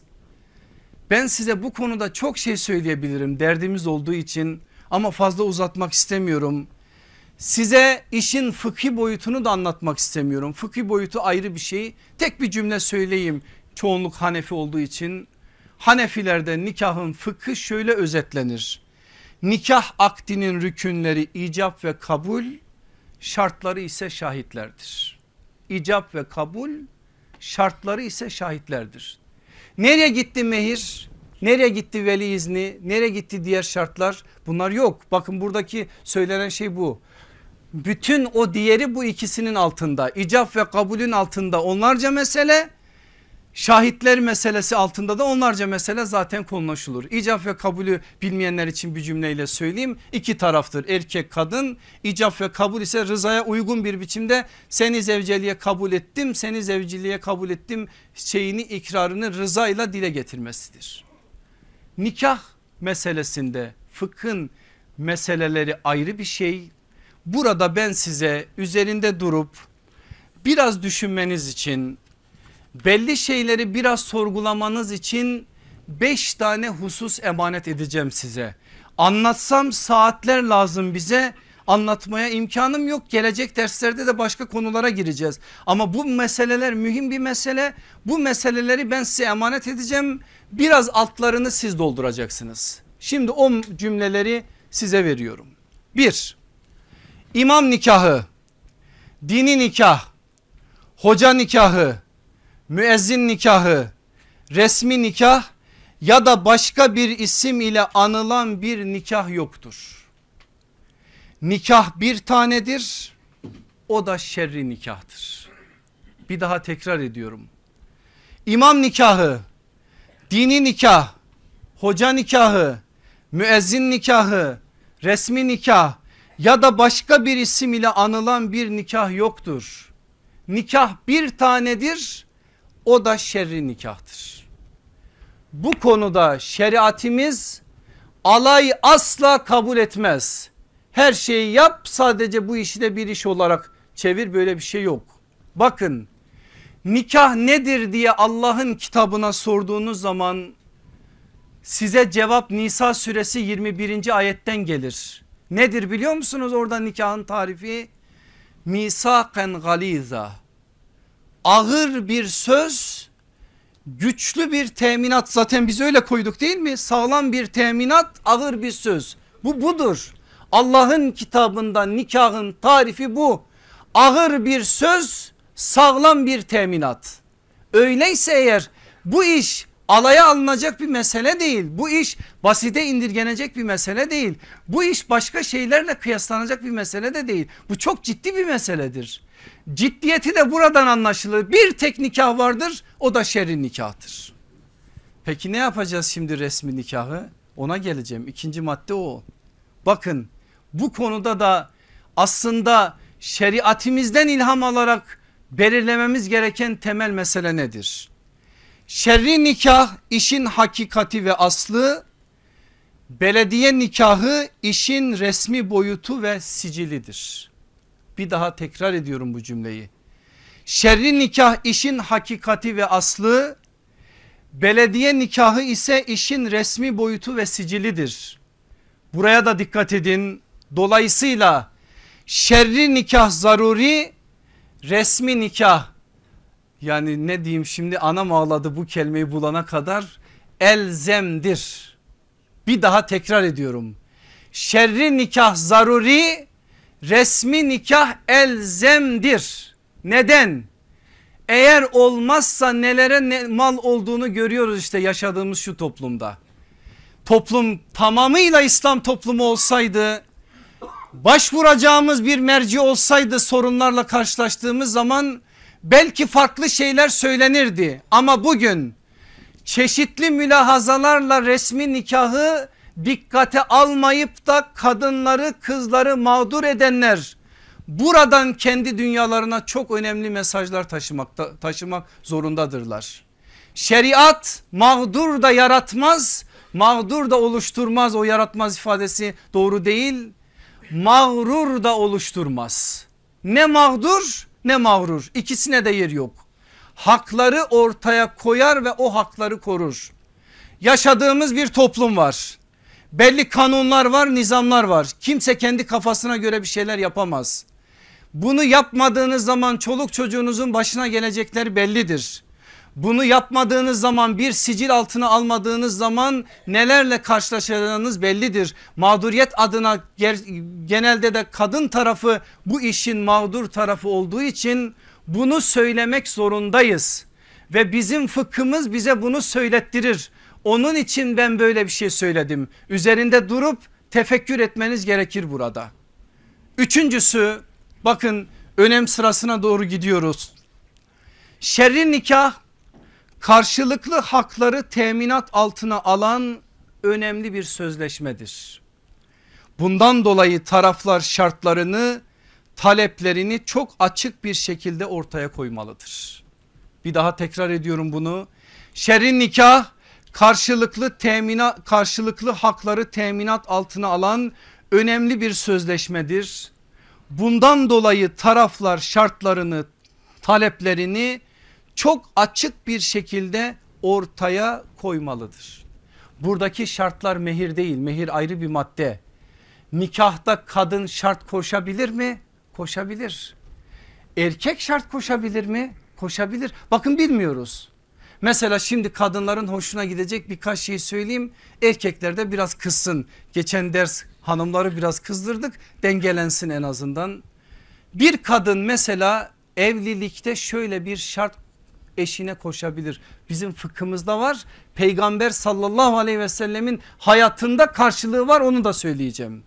Speaker 1: Ben size bu konuda çok şey söyleyebilirim derdimiz olduğu için ama fazla uzatmak istemiyorum. Size işin fıkhi boyutunu da anlatmak istemiyorum. Fıkhi boyutu ayrı bir şey. Tek bir cümle söyleyeyim. Çoğunluk Hanefi olduğu için. Hanefilerde nikahın fıkhı şöyle özetlenir. Nikah akdinin rükünleri icap ve kabul, şartları ise şahitlerdir. İcap ve kabul, şartları ise şahitlerdir. Nereye gitti mehir? Nereye gitti veli izni? Nereye gitti diğer şartlar? Bunlar yok. Bakın buradaki söylenen şey bu. Bütün o diğeri bu ikisinin altında, icap ve kabulün altında onlarca mesele, şahitler meselesi altında da onlarca mesele zaten konuşulur. İcap ve kabulü bilmeyenler için bir cümleyle söyleyeyim, iki taraftır, erkek kadın. İcap ve kabul ise rızaya uygun bir biçimde seni zevceliğe kabul ettim, seni zevciliğe kabul ettim şeyini, ikrarını rızayla dile getirmesidir. Nikah meselesinde fıkhın meseleleri ayrı bir şey. Burada ben size üzerinde durup biraz düşünmeniz için, belli şeyleri biraz sorgulamanız için 5 tane husus emanet edeceğim size. Anlatsam saatler lazım bize, anlatmaya imkanım yok. Gelecek derslerde de başka konulara gireceğiz. Ama bu meseleler mühim bir mesele. Bu meseleleri ben size emanet edeceğim. Biraz altlarını siz dolduracaksınız. Şimdi o cümleleri size veriyorum. 1. İmam nikahı, dini nikah, hoca nikahı, müezzin nikahı, resmi nikah ya da başka bir isim ile anılan bir nikah yoktur. Nikah bir tanedir, o da şerri nikahtır. Bir daha tekrar ediyorum. İmam nikahı, dini nikah, hoca nikahı, müezzin nikahı, resmi nikah ya da başka bir isim ile anılan bir nikah yoktur. Nikah bir tanedir, o da şerri nikahtır. Bu konuda şeriatimiz alay asla kabul etmez. Her şeyi yap, sadece bu işi de bir iş olarak çevir, böyle bir şey yok. Bakın, nikah nedir diye Allah'ın kitabına sorduğunuz zaman size cevap Nisa suresi 21. ayetten gelir. Nedir biliyor musunuz orada nikahın tarifi? Misaken galiza, ağır bir söz, güçlü bir teminat, zaten biz öyle koyduk değil mi? Sağlam bir teminat, ağır bir söz. Bu budur. Allah'ın kitabında nikahın tarifi bu. Ağır bir söz, sağlam bir teminat. Öyleyse eğer bu iş alaya alınacak bir mesele değil. Bu iş basite indirgenecek bir mesele değil. Bu iş başka şeylerle kıyaslanacak bir mesele de değil. Bu çok ciddi bir meseledir. Ciddiyeti de buradan anlaşılır. Bir tek nikah vardır, o da şer'i nikahtır. Peki ne yapacağız şimdi resmi nikahı? Ona geleceğim. İkinci madde o. Bakın bu konuda da aslında şeriatimizden ilham alarak belirlememiz gereken temel mesele nedir? Şer'i nikah işin hakikati ve aslı, belediye nikahı işin resmi boyutu ve sicilidir. Bir daha tekrar ediyorum bu cümleyi. Şer'i nikah işin hakikati ve aslı, belediye nikahı ise işin resmi boyutu ve sicilidir. Buraya da dikkat edin. Dolayısıyla şer'i nikah zaruri, resmi nikah, yani ne diyeyim şimdi, anam ağladı bu kelimeyi bulana kadar, elzemdir. Bir daha tekrar ediyorum. Şer'i nikah zaruri, resmi nikah elzemdir. Neden? Eğer olmazsa nelere mal olduğunu görüyoruz işte yaşadığımız şu toplumda. Toplum tamamıyla İslam toplumu olsaydı, başvuracağımız bir merci olsaydı, sorunlarla karşılaştığımız zaman belki farklı şeyler söylenirdi. Ama bugün çeşitli mülahazalarla resmi nikahı dikkate almayıp da kadınları, kızları mağdur edenler buradan kendi dünyalarına çok önemli mesajlar taşımak zorundadırlar. Şeriat mağdur da yaratmaz, mağdur da oluşturmaz. O yaratmaz ifadesi doğru değil. Mağrur da oluşturmaz. Ne mağdur ne mağrur, ikisine de yer yok. Hakları ortaya koyar ve o hakları korur. Yaşadığımız bir toplum var. Belli kanunlar var, nizamlar var. Kimse kendi kafasına göre bir şeyler yapamaz. Bunu yapmadığınız zaman çoluk çocuğunuzun başına gelecekler bellidir. Bunu yapmadığınız zaman, bir sicil altına almadığınız zaman nelerle karşılaşacağınız bellidir. Mağduriyet adına genelde de kadın tarafı bu işin mağdur tarafı olduğu için bunu söylemek zorundayız. Ve bizim fıkhımız bize bunu söylettirir. Onun için ben böyle bir şey söyledim. Üzerinde durup tefekkür etmeniz gerekir burada. Üçüncüsü, bakın önem sırasına doğru gidiyoruz. Şer'i nikah karşılıklı hakları teminat altına alan önemli bir sözleşmedir. Bundan dolayı taraflar şartlarını, taleplerini çok açık bir şekilde ortaya koymalıdır. Bir daha tekrar ediyorum bunu. Şer'i nikah karşılıklı hakları teminat altına alan önemli bir sözleşmedir. Bundan dolayı taraflar şartlarını, taleplerini çok açık bir şekilde ortaya koymalıdır. Buradaki şartlar mehir değil, mehir ayrı bir madde. Nikahta kadın şart koşabilir mi? Koşabilir. Erkek şart koşabilir mi? Koşabilir. Bakın bilmiyoruz. Mesela şimdi kadınların hoşuna gidecek birkaç şey söyleyeyim. Erkekler de biraz kızsın. Geçen ders hanımları biraz kızdırdık, dengelensin en azından. Bir kadın mesela evlilikte şöyle bir şart eşine koşabilir. Bizim fıkhımızda var. Peygamber sallallahu aleyhi ve sellemin hayatında karşılığı var, onu da söyleyeceğim.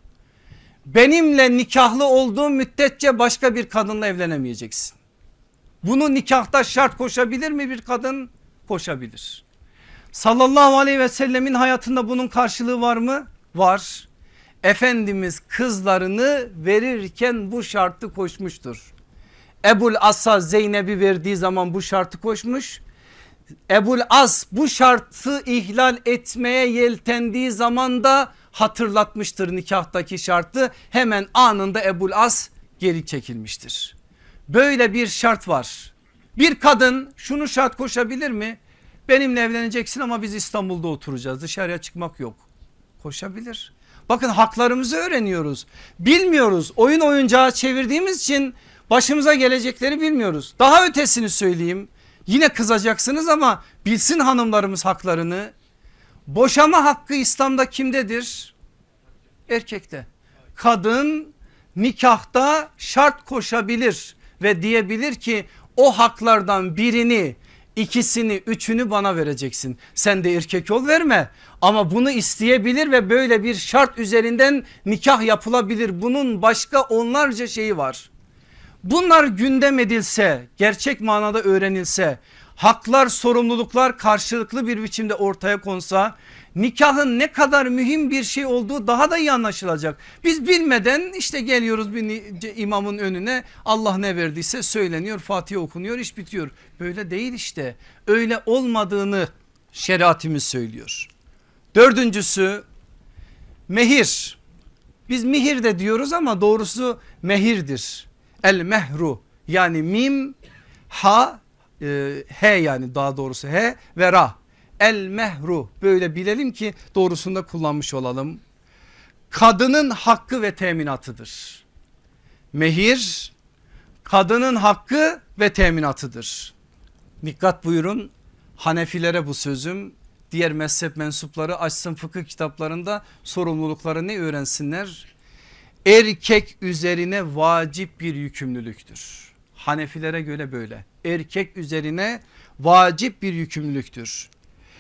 Speaker 1: Benimle nikahlı olduğu müddetçe başka bir kadınla evlenemeyeceksin. Bunu nikahta şart koşabilir mi bir kadın? Koşabilir. Sallallahu aleyhi ve sellemin hayatında bunun karşılığı var mı? Var. Efendimiz kızlarını verirken bu şartı koşmuştur. Ebul As'a Zeynep'i verdiği zaman bu şartı koşmuş. Ebul As bu şartı ihlal etmeye yeltendiği zaman da hatırlatmıştır nikahtaki şartı. Hemen anında Ebul As geri çekilmiştir. Böyle bir şart var. Bir kadın şunu şart koşabilir mi? Benimle evleneceksin ama biz İstanbul'da oturacağız, dışarıya çıkmak yok. Koşabilir. Bakın haklarımızı öğreniyoruz. Bilmiyoruz, oyun oyuncağı çevirdiğimiz için başımıza gelecekleri bilmiyoruz. Daha ötesini söyleyeyim. Yine kızacaksınız ama bilsin hanımlarımız haklarını. Boşama hakkı İslam'da kimdedir? Erkekte. Kadın nikahta şart koşabilir ve diyebilir ki o haklardan birini, ikisini, üçünü bana vereceksin. Sen de erkek ol, verme. Ama bunu isteyebilir ve böyle bir şart üzerinden nikah yapılabilir. Bunun başka onlarca şeyi var. Bunlar gündem edilse, gerçek manada öğrenilse, haklar, sorumluluklar karşılıklı bir biçimde ortaya konsa, nikahın ne kadar mühim bir şey olduğu daha da iyi anlaşılacak. Biz bilmeden işte geliyoruz bir imamın önüne, Allah ne verdiyse söyleniyor, Fatiha okunuyor, iş bitiyor. Böyle değil işte, öyle olmadığını şeriatimiz söylüyor. Dördüncüsü mehir. Biz mihir de diyoruz ama doğrusu mehirdir. El mehru, yani mim ha he, yani daha doğrusu he ve ra. El mehru, böyle bilelim ki doğrusunda kullanmış olalım. Kadının hakkı ve teminatıdır. Mehir kadının hakkı ve teminatıdır. Dikkat buyurun, Hanefilere bu sözüm, diğer mezhep mensupları açsın fıkıh kitaplarında sorumlulukları ne öğrensinler. Erkek üzerine vacip bir yükümlülüktür. Hanefilere göre böyle, erkek üzerine vacip bir yükümlülüktür.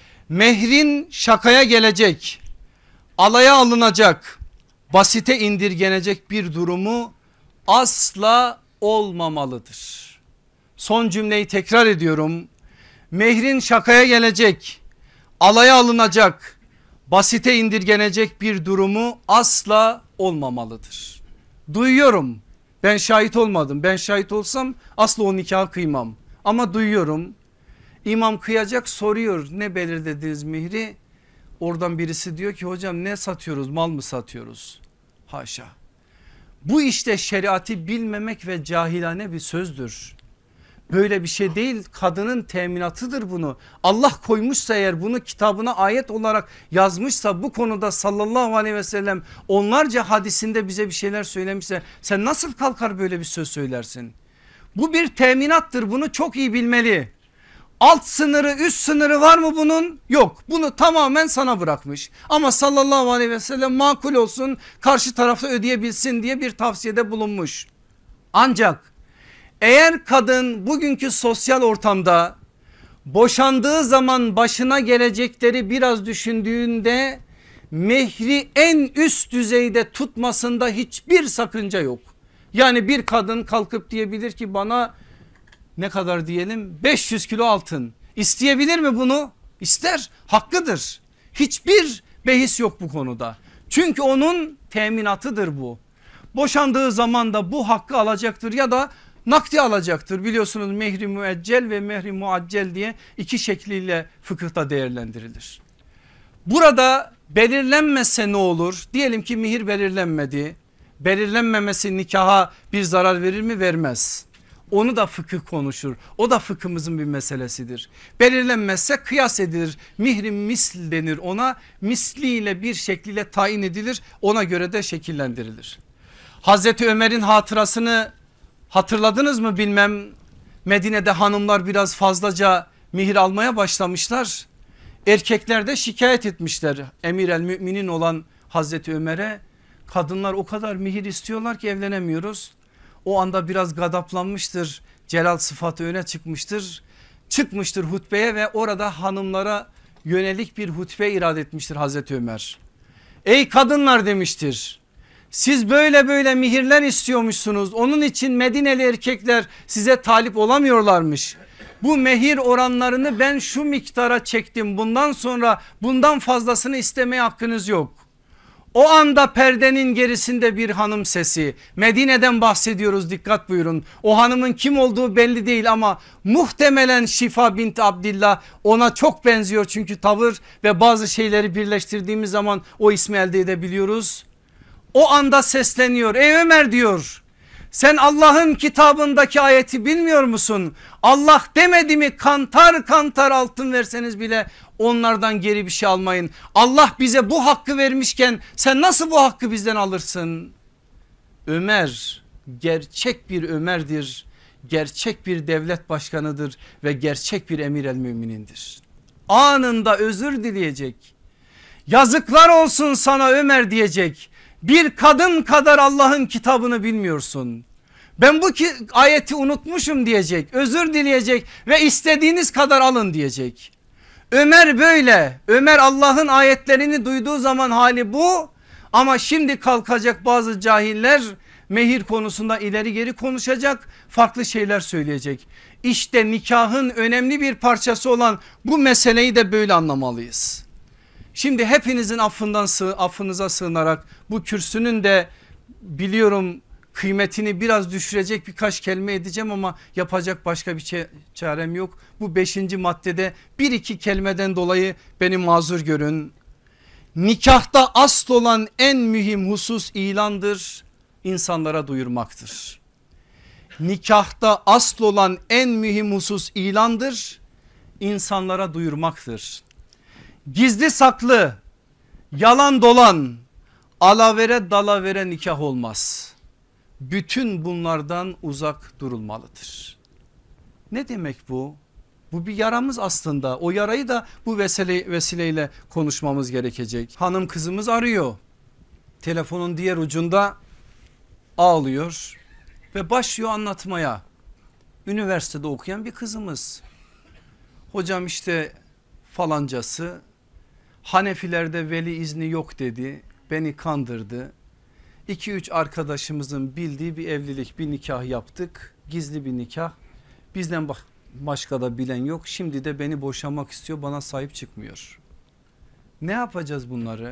Speaker 1: Mehrin şakaya gelecek, alaya alınacak, basite indirgenecek bir durumu asla olmamalıdır. Son cümleyi tekrar ediyorum. Mehrin şakaya gelecek, alaya alınacak, basite indirgenecek bir durumu asla olmamalıdır. Duyuyorum, ben şahit olmadım, ben şahit olsam asla o nikahı kıymam ama duyuyorum. İmam kıyacak, soruyor ne belirlediniz mihri? Oradan birisi diyor ki hocam ne satıyoruz, mal mı satıyoruz? Haşa. Bu işte şeriatı bilmemek ve cahilane bir sözdür. Böyle bir şey değil, kadının teminatıdır bunu. Allah koymuşsa eğer, bunu kitabına ayet olarak yazmışsa, bu konuda sallallahu aleyhi ve sellem onlarca hadisinde bize bir şeyler söylemişse, sen nasıl kalkar böyle bir söz söylersin? Bu bir teminattır, bunu çok iyi bilmeli. Alt sınırı, üst sınırı var mı bunun? Yok, bunu tamamen sana bırakmış. Ama sallallahu aleyhi ve sellem makul olsun, karşı tarafta ödeyebilsin diye bir tavsiyede bulunmuş. Ancak eğer kadın bugünkü sosyal ortamda boşandığı zaman başına gelecekleri biraz düşündüğünde mehri en üst düzeyde tutmasında hiçbir sakınca yok. Yani bir kadın kalkıp diyebilir ki bana ne kadar diyelim 500 kilo altın, isteyebilir mi bunu? İster, hakkıdır. Hiçbir behis yok bu konuda. Çünkü onun teminatıdır bu. Boşandığı zaman da bu hakkı alacaktır ya da nakdi alacaktır. Biliyorsunuz mehri müeccel ve mehri muaccel diye iki şekliyle fıkıhta değerlendirilir. Burada belirlenmezse ne olur? Diyelim ki mihir belirlenmedi. Belirlenmemesi nikaha bir zarar verir mi? Vermez. Onu da fıkıh konuşur. O da fıkhımızın bir meselesidir. Belirlenmezse kıyas edilir. Mihri misl denir ona. Misliyle bir şekliyle tayin edilir. Ona göre de şekillendirilir. Hazreti Ömer'in hatırasını hatırladınız mı bilmem. Medine'de hanımlar biraz fazlaca mihir almaya başlamışlar. Erkekler de şikayet etmişler emir el müminin olan Hazreti Ömer'e. Kadınlar o kadar mihir istiyorlar ki evlenemiyoruz. O anda biraz gadaplanmıştır, celal sıfatı öne çıkmıştır. Çıkmıştır hutbeye ve orada hanımlara yönelik bir hutbe irade etmiştir Hazreti Ömer. Ey kadınlar demiştir, siz böyle böyle mihirler istiyormuşsunuz, onun için Medineli erkekler size talip olamıyorlarmış. Bu mehir oranlarını ben şu miktara çektim, bundan sonra bundan fazlasını istemeye hakkınız yok. O anda perdenin gerisinde bir hanım sesi, Medine'den bahsediyoruz, dikkat buyurun. O hanımın kim olduğu belli değil ama muhtemelen Şifa bint Abdillah, ona çok benziyor çünkü tavır ve bazı şeyleri birleştirdiğimiz zaman o ismi elde edebiliyoruz. O anda sesleniyor, ey Ömer diyor, sen Allah'ın kitabındaki ayeti bilmiyor musun? Allah demedi mi kantar kantar altın verseniz bile onlardan geri bir şey almayın. Allah bize bu hakkı vermişken sen nasıl bu hakkı bizden alırsın? Ömer gerçek bir Ömer'dir. Gerçek bir devlet başkanıdır ve gerçek bir emir el müminindir. Anında özür dileyecek. Yazıklar olsun sana Ömer diyecek. Bir kadın kadar Allah'ın kitabını bilmiyorsun. Ben bu ayeti unutmuşum diyecek. Özür dileyecek ve istediğiniz kadar alın diyecek. Ömer böyle. Ömer Allah'ın ayetlerini duyduğu zaman hali bu. Ama şimdi kalkacak bazı cahiller mehir konusunda ileri geri konuşacak, farklı şeyler söyleyecek. İşte nikahın önemli bir parçası olan bu meseleyi de böyle anlamalıyız. Şimdi hepinizin affınıza sığınarak bu kürsünün de biliyorum kıymetini biraz düşürecek birkaç kelime edeceğim ama yapacak başka bir çarem yok. Bu 5. maddede bir iki kelimeden dolayı beni mazur görün. Nikahta asıl olan en mühim husus ilandır, insanlara duyurmaktır. Nikahta asıl olan en mühim husus ilandır, insanlara duyurmaktır. Gizli saklı, yalan dolan, alavere dalavere nikah olmaz. Bütün bunlardan uzak durulmalıdır. Ne demek bu? Bu bir yaramız aslında. O yarayı da bu vesileyle konuşmamız gerekecek. Hanım kızımız arıyor. Telefonun diğer ucunda ağlıyor ve başlıyor anlatmaya. Üniversitede okuyan bir kızımız. Hocam işte falancası Hanefilerde veli izni yok dedi. Beni kandırdı. 2-3 arkadaşımızın bildiği bir evlilik, bir nikah yaptık. Gizli bir nikah. Bizden başka da bilen yok. Şimdi de beni boşamak istiyor, bana sahip çıkmıyor. Ne yapacağız bunları?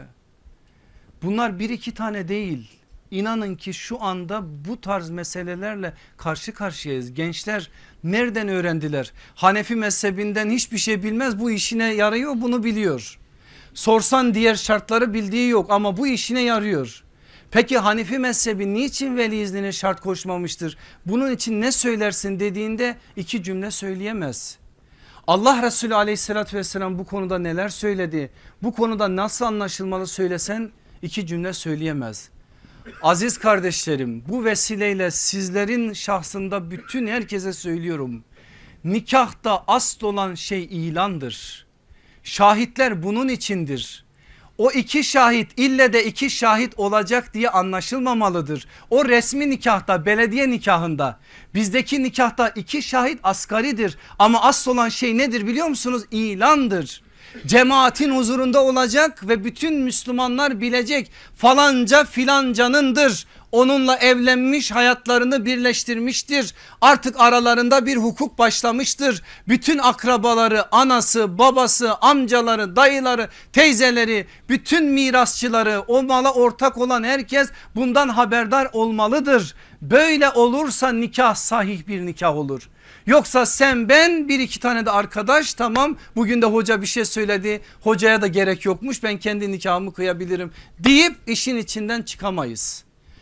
Speaker 1: Bunlar bir iki tane değil. İnanın ki şu anda bu tarz meselelerle karşı karşıyayız. Gençler nereden öğrendiler? Hanefi mezhebinden hiçbir şey bilmez, bu işine yarıyor, bunu biliyor. Sorsan diğer şartları bildiği yok ama bu işine yarıyor. Peki Hanefi mezhebi niçin veli iznine şart koşmamıştır? Bunun için ne söylersin dediğinde iki cümle söyleyemez. Allah Resulü aleyhissalatü vesselam bu konuda neler söyledi? Bu konuda nasıl anlaşılmalı söylesen iki cümle söyleyemez. Aziz kardeşlerim, bu vesileyle sizlerin şahsında bütün herkese söylüyorum. Nikahta asıl olan şey ilandır. Şahitler bunun içindir. O iki şahit ille de iki şahit olacak diye anlaşılmamalıdır. O resmi nikahta, belediye nikahında, bizdeki nikahta iki şahit asgaridir. Ama asıl olan şey nedir biliyor musunuz? İlandır. Cemaatin huzurunda olacak ve bütün Müslümanlar bilecek falanca filancanındır. Onunla evlenmiş, hayatlarını birleştirmiştir. Artık aralarında bir hukuk başlamıştır. Bütün akrabaları, anası, babası, amcaları, dayıları, teyzeleri, bütün mirasçıları, o mala ortak olan herkes bundan haberdar olmalıdır. Böyle olursa nikah sahih bir nikah olur. Yoksa sen ben bir iki tane de arkadaş, tamam bugün de hoca bir şey söyledi, hocaya da gerek yokmuş, ben kendi nikahımı kıyabilirim deyip işin içinden çıkamayız.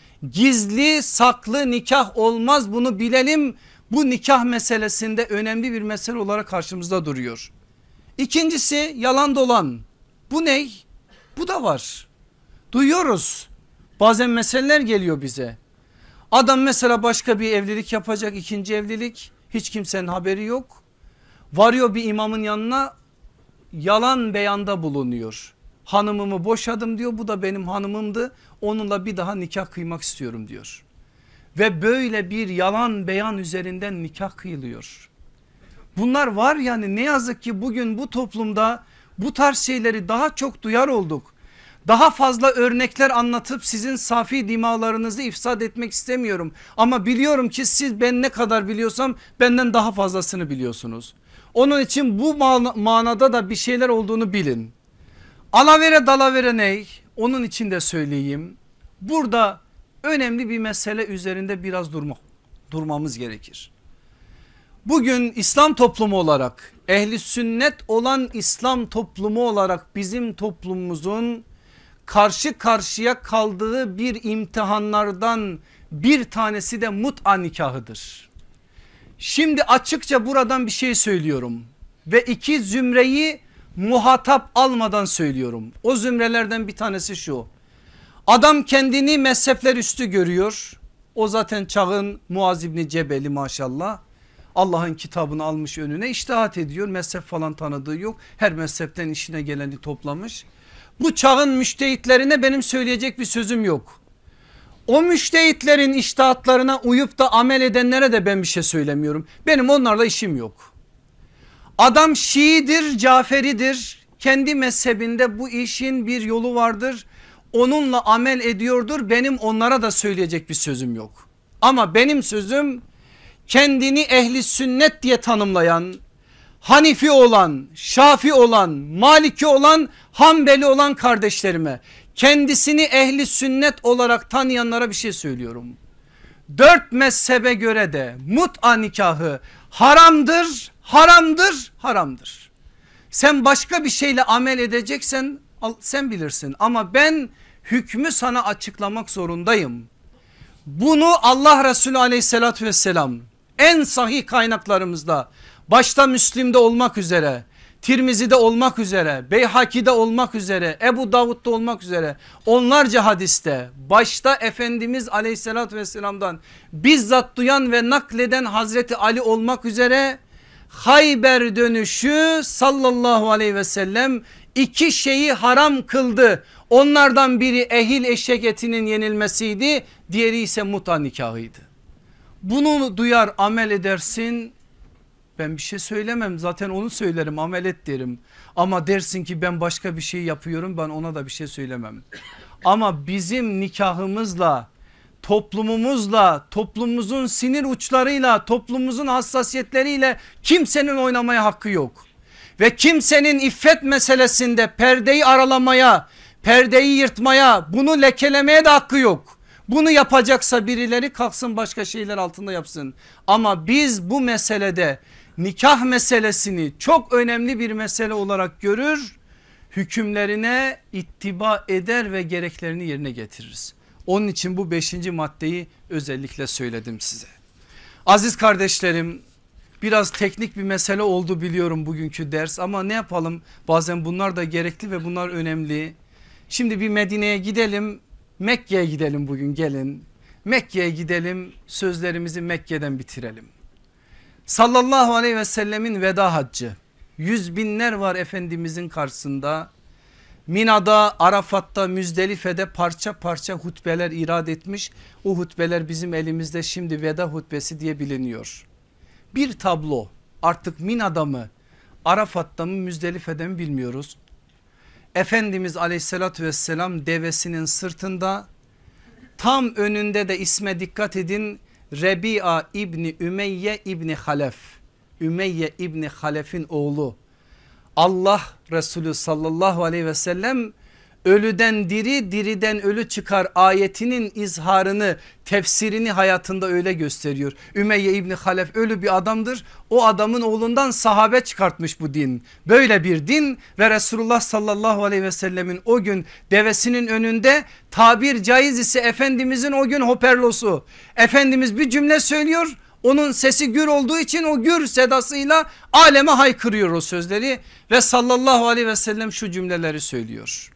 Speaker 1: Gizli saklı nikah olmaz, bunu bilelim. Bu nikah meselesinde önemli bir mesele olarak karşımızda duruyor. İkincisi yalan dolan. Bu ne? Bu da var. Duyuyoruz. Bazen meseleler geliyor bize. Adam mesela başka bir evlilik yapacak, ikinci evlilik. Hiç kimsenin haberi yok. Varıyor bir imamın yanına, yalan beyanda bulunuyor. Hanımımı boşadım diyor, bu da benim hanımımdı, onunla bir daha nikah kıymak istiyorum diyor. Ve böyle bir yalan beyan üzerinden nikah kıyılıyor. Bunlar var yani, ne yazık ki bugün bu toplumda bu tarz şeyleri daha çok duyar olduk. Daha fazla örnekler anlatıp sizin safi dimalarınızı ifsad etmek istemiyorum. Ama biliyorum ki siz ben ne kadar biliyorsam benden daha fazlasını biliyorsunuz. Onun için bu manada da bir şeyler olduğunu bilin. Alavere dalavere ne? Onun için de söyleyeyim. Burada önemli bir mesele üzerinde biraz durmamız gerekir. Bugün İslam toplumu olarak, ehli sünnet olan İslam toplumu olarak bizim toplumumuzun karşı karşıya kaldığı bir imtihanlardan bir tanesi de mut'a nikahıdır. Şimdi açıkça buradan bir şey söylüyorum ve iki zümreyi muhatap almadan söylüyorum. O zümrelerden bir tanesi şu: adam kendini mezhepler üstü görüyor. O zaten çağın Muaz İbni Cebel'i maşallah. Allah'ın kitabını almış önüne, içtihat ediyor, mezhep falan tanıdığı yok. Her mezhepten işine geleni toplamış. Bu çağın müştehitlerine benim söyleyecek bir sözüm yok. O müştehitlerin içtihatlarına uyup da amel edenlere de ben bir şey söylemiyorum. Benim onlarla işim yok. Adam Şiidir, Caferidir, kendi mezhebinde bu işin bir yolu vardır. Onunla amel ediyordur, benim onlara da söyleyecek bir sözüm yok. Ama benim sözüm kendini ehli sünnet diye tanımlayan,
Speaker 2: Hanifi olan, Şafi olan, Maliki olan, Hanbeli olan kardeşlerime, kendisini ehli sünnet olarak tanıyanlara bir şey söylüyorum. 4 mezhebe göre de mut'a nikahı haramdır, haramdır, haramdır. Sen başka bir şeyle amel edeceksen sen bilirsin ama ben hükmü sana açıklamak zorundayım. Bunu Allah Resulü aleyhissalatü vesselam en sahih kaynaklarımızda, başta Müslim'de olmak üzere, Tirmizi'de olmak üzere, Beyhaki'de olmak üzere, Ebu Davud'da olmak üzere onlarca hadiste, başta Efendimiz aleyhissalatü vesselam'dan bizzat duyan ve nakleden Hazreti Ali olmak üzere Hayber dönüşü sallallahu aleyhi ve sellem 2 şeyi haram kıldı. Onlardan biri ehil eşek etinin yenilmesiydi, diğeri ise mut'a nikahıydı. Bunu duyar amel edersin, ben bir şey söylemem, zaten onu söylerim, amel et derim. Ama dersin ki ben başka bir şey yapıyorum, ben ona da bir şey söylemem. Ama bizim nikahımızla, toplumumuzla, toplumumuzun sinir uçlarıyla, toplumumuzun hassasiyetleriyle kimsenin oynamaya hakkı yok. Ve kimsenin iffet meselesinde perdeyi aralamaya, perdeyi yırtmaya, bunu lekelemeye de hakkı yok. Bunu yapacaksa birileri kalksın başka şeyler altında yapsın. Ama biz bu meselede nikah meselesini çok önemli bir mesele olarak görür, hükümlerine ittiba eder ve gereklerini yerine getiririz. Onun için bu 5. maddeyi özellikle söyledim size. Aziz kardeşlerim, biraz teknik bir mesele oldu biliyorum bugünkü ders ama ne yapalım, bazen bunlar da gerekli ve bunlar önemli. Şimdi bir Medine'ye gidelim, Mekke'ye gidelim bugün, gelin. Mekke'ye gidelim, sözlerimizi Mekke'den bitirelim. Sallallahu aleyhi ve sellemin veda haccı, 100 binler var Efendimizin karşısında. Mina'da, Arafat'ta, Müzdelife'de parça parça hutbeler irad etmiş. O hutbeler bizim elimizde şimdi veda hutbesi diye biliniyor. Bir tablo, artık Mina'da mı, Arafat'ta mı, Müzdelife'de mi bilmiyoruz. Efendimiz aleyhissalatü vesselam devesinin sırtında, tam önünde de isme dikkat edin, Rebi'a İbni Ümeyye İbni Halef, Ümeyye İbni Halef'in oğlu. Allah Resulü sallallahu aleyhi ve sellem ölüden diri, diriden ölü çıkar ayetinin izharını, tefsirini hayatında öyle gösteriyor. Ümeyye İbni Halef ölü bir adamdır. O adamın oğlundan sahabe çıkartmış bu din. Böyle bir din ve Resulullah sallallahu aleyhi ve sellemin o gün devesinin önünde, tabir caiz ise Efendimizin o gün hoperlosu. Efendimiz bir cümle söylüyor. Onun sesi gür olduğu için o gür sedasıyla aleme haykırıyor o sözleri ve sallallahu aleyhi ve sellem şu cümleleri söylüyor.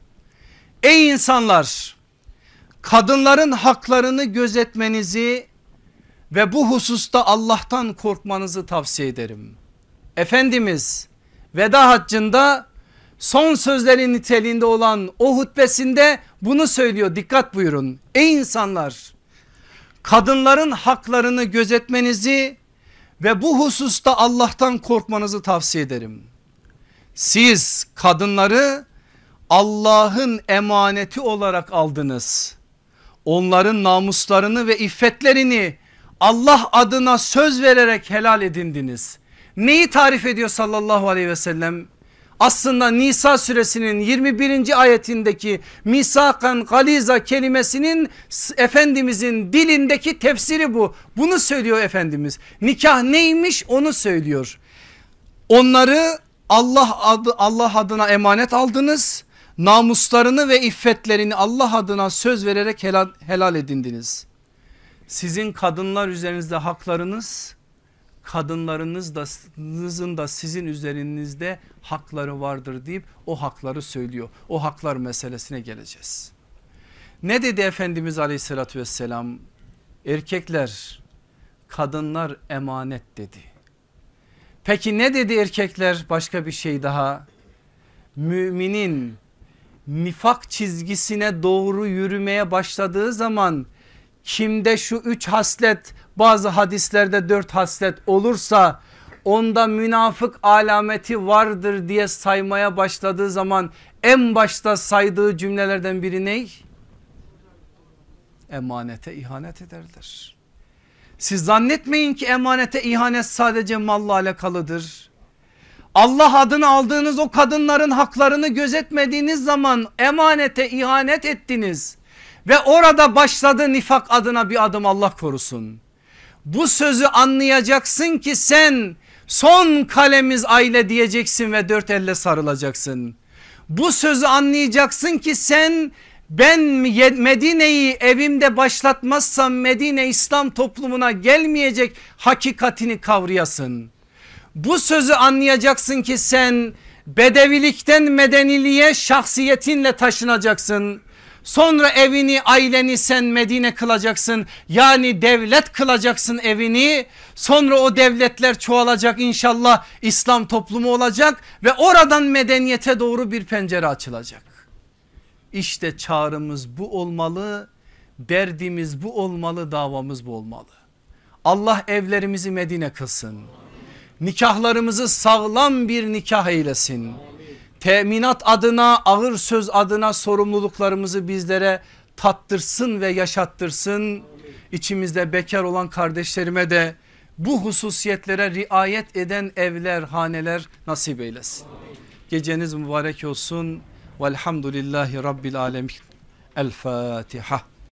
Speaker 2: Ey insanlar, kadınların haklarını gözetmenizi ve bu hususta Allah'tan korkmanızı tavsiye ederim. Efendimiz veda haccında son sözleri niteliğinde olan o hutbesinde bunu söylüyor, dikkat buyurun. Ey insanlar, kadınların haklarını gözetmenizi ve bu hususta Allah'tan korkmanızı tavsiye ederim. Siz kadınları Allah'ın emaneti olarak aldınız. Onların namuslarını ve iffetlerini Allah adına söz vererek helal edindiniz. Neyi tarif ediyor sallallahu aleyhi ve sellem? Aslında Nisa suresinin 21. ayetindeki misakan galiza kelimesinin Efendimizin dilindeki tefsiri bu. Bunu söylüyor Efendimiz. Nikah neymiş onu söylüyor. Onları Allah adına emanet aldınız. Namuslarını ve iffetlerini Allah adına söz vererek helal edindiniz. Sizin kadınlar üzerinizde haklarınız, kadınlarınızın da sizin üzerinizde hakları vardır deyip o hakları söylüyor. O haklar meselesine geleceğiz. Ne dedi Efendimiz aleyhissalatü vesselam? Erkekler, kadınlar emanet dedi. Peki ne dedi erkekler? Başka bir şey daha. Müminin nifak çizgisine doğru yürümeye başladığı zaman kimde şu 3 haslet, bazı hadislerde 4 haslet olursa onda münafık alameti vardır diye saymaya başladığı zaman en başta saydığı cümlelerden biri ne? Emanete ihanet ederler. Siz zannetmeyin ki emanete ihanet sadece malla alakalıdır. Allah adını aldığınız o kadınların haklarını gözetmediğiniz zaman emanete ihanet ettiniz. Ve orada başladı nifak adına bir adım, Allah korusun. Bu sözü anlayacaksın ki sen son kalemiz aile diyeceksin ve dört elle sarılacaksın. Bu sözü anlayacaksın ki sen ben Medine'yi evimde başlatmazsam Medine İslam toplumuna gelmeyecek hakikatini kavrayasın. Bu sözü anlayacaksın ki sen bedevilikten medeniliğe şahsiyetinle taşınacaksın. Sonra evini aileni sen Medine kılacaksın, yani devlet kılacaksın evini. Sonra o devletler çoğalacak, inşallah İslam toplumu olacak ve oradan medeniyete doğru bir pencere açılacak. İşte çağrımız bu olmalı, derdimiz bu olmalı, davamız bu olmalı. Allah evlerimizi Medine kılsın, nikahlarımızı sağlam bir nikah eylesin. Teminat adına, ağır söz adına sorumluluklarımızı bizlere tattırsın ve yaşattırsın. İçimizde bekar olan kardeşlerime de bu hususiyetlere riayet eden evler, haneler nasip eylesin. Geceniz mübarek olsun. Velhamdülillahi Rabbil alemin. El Fatiha.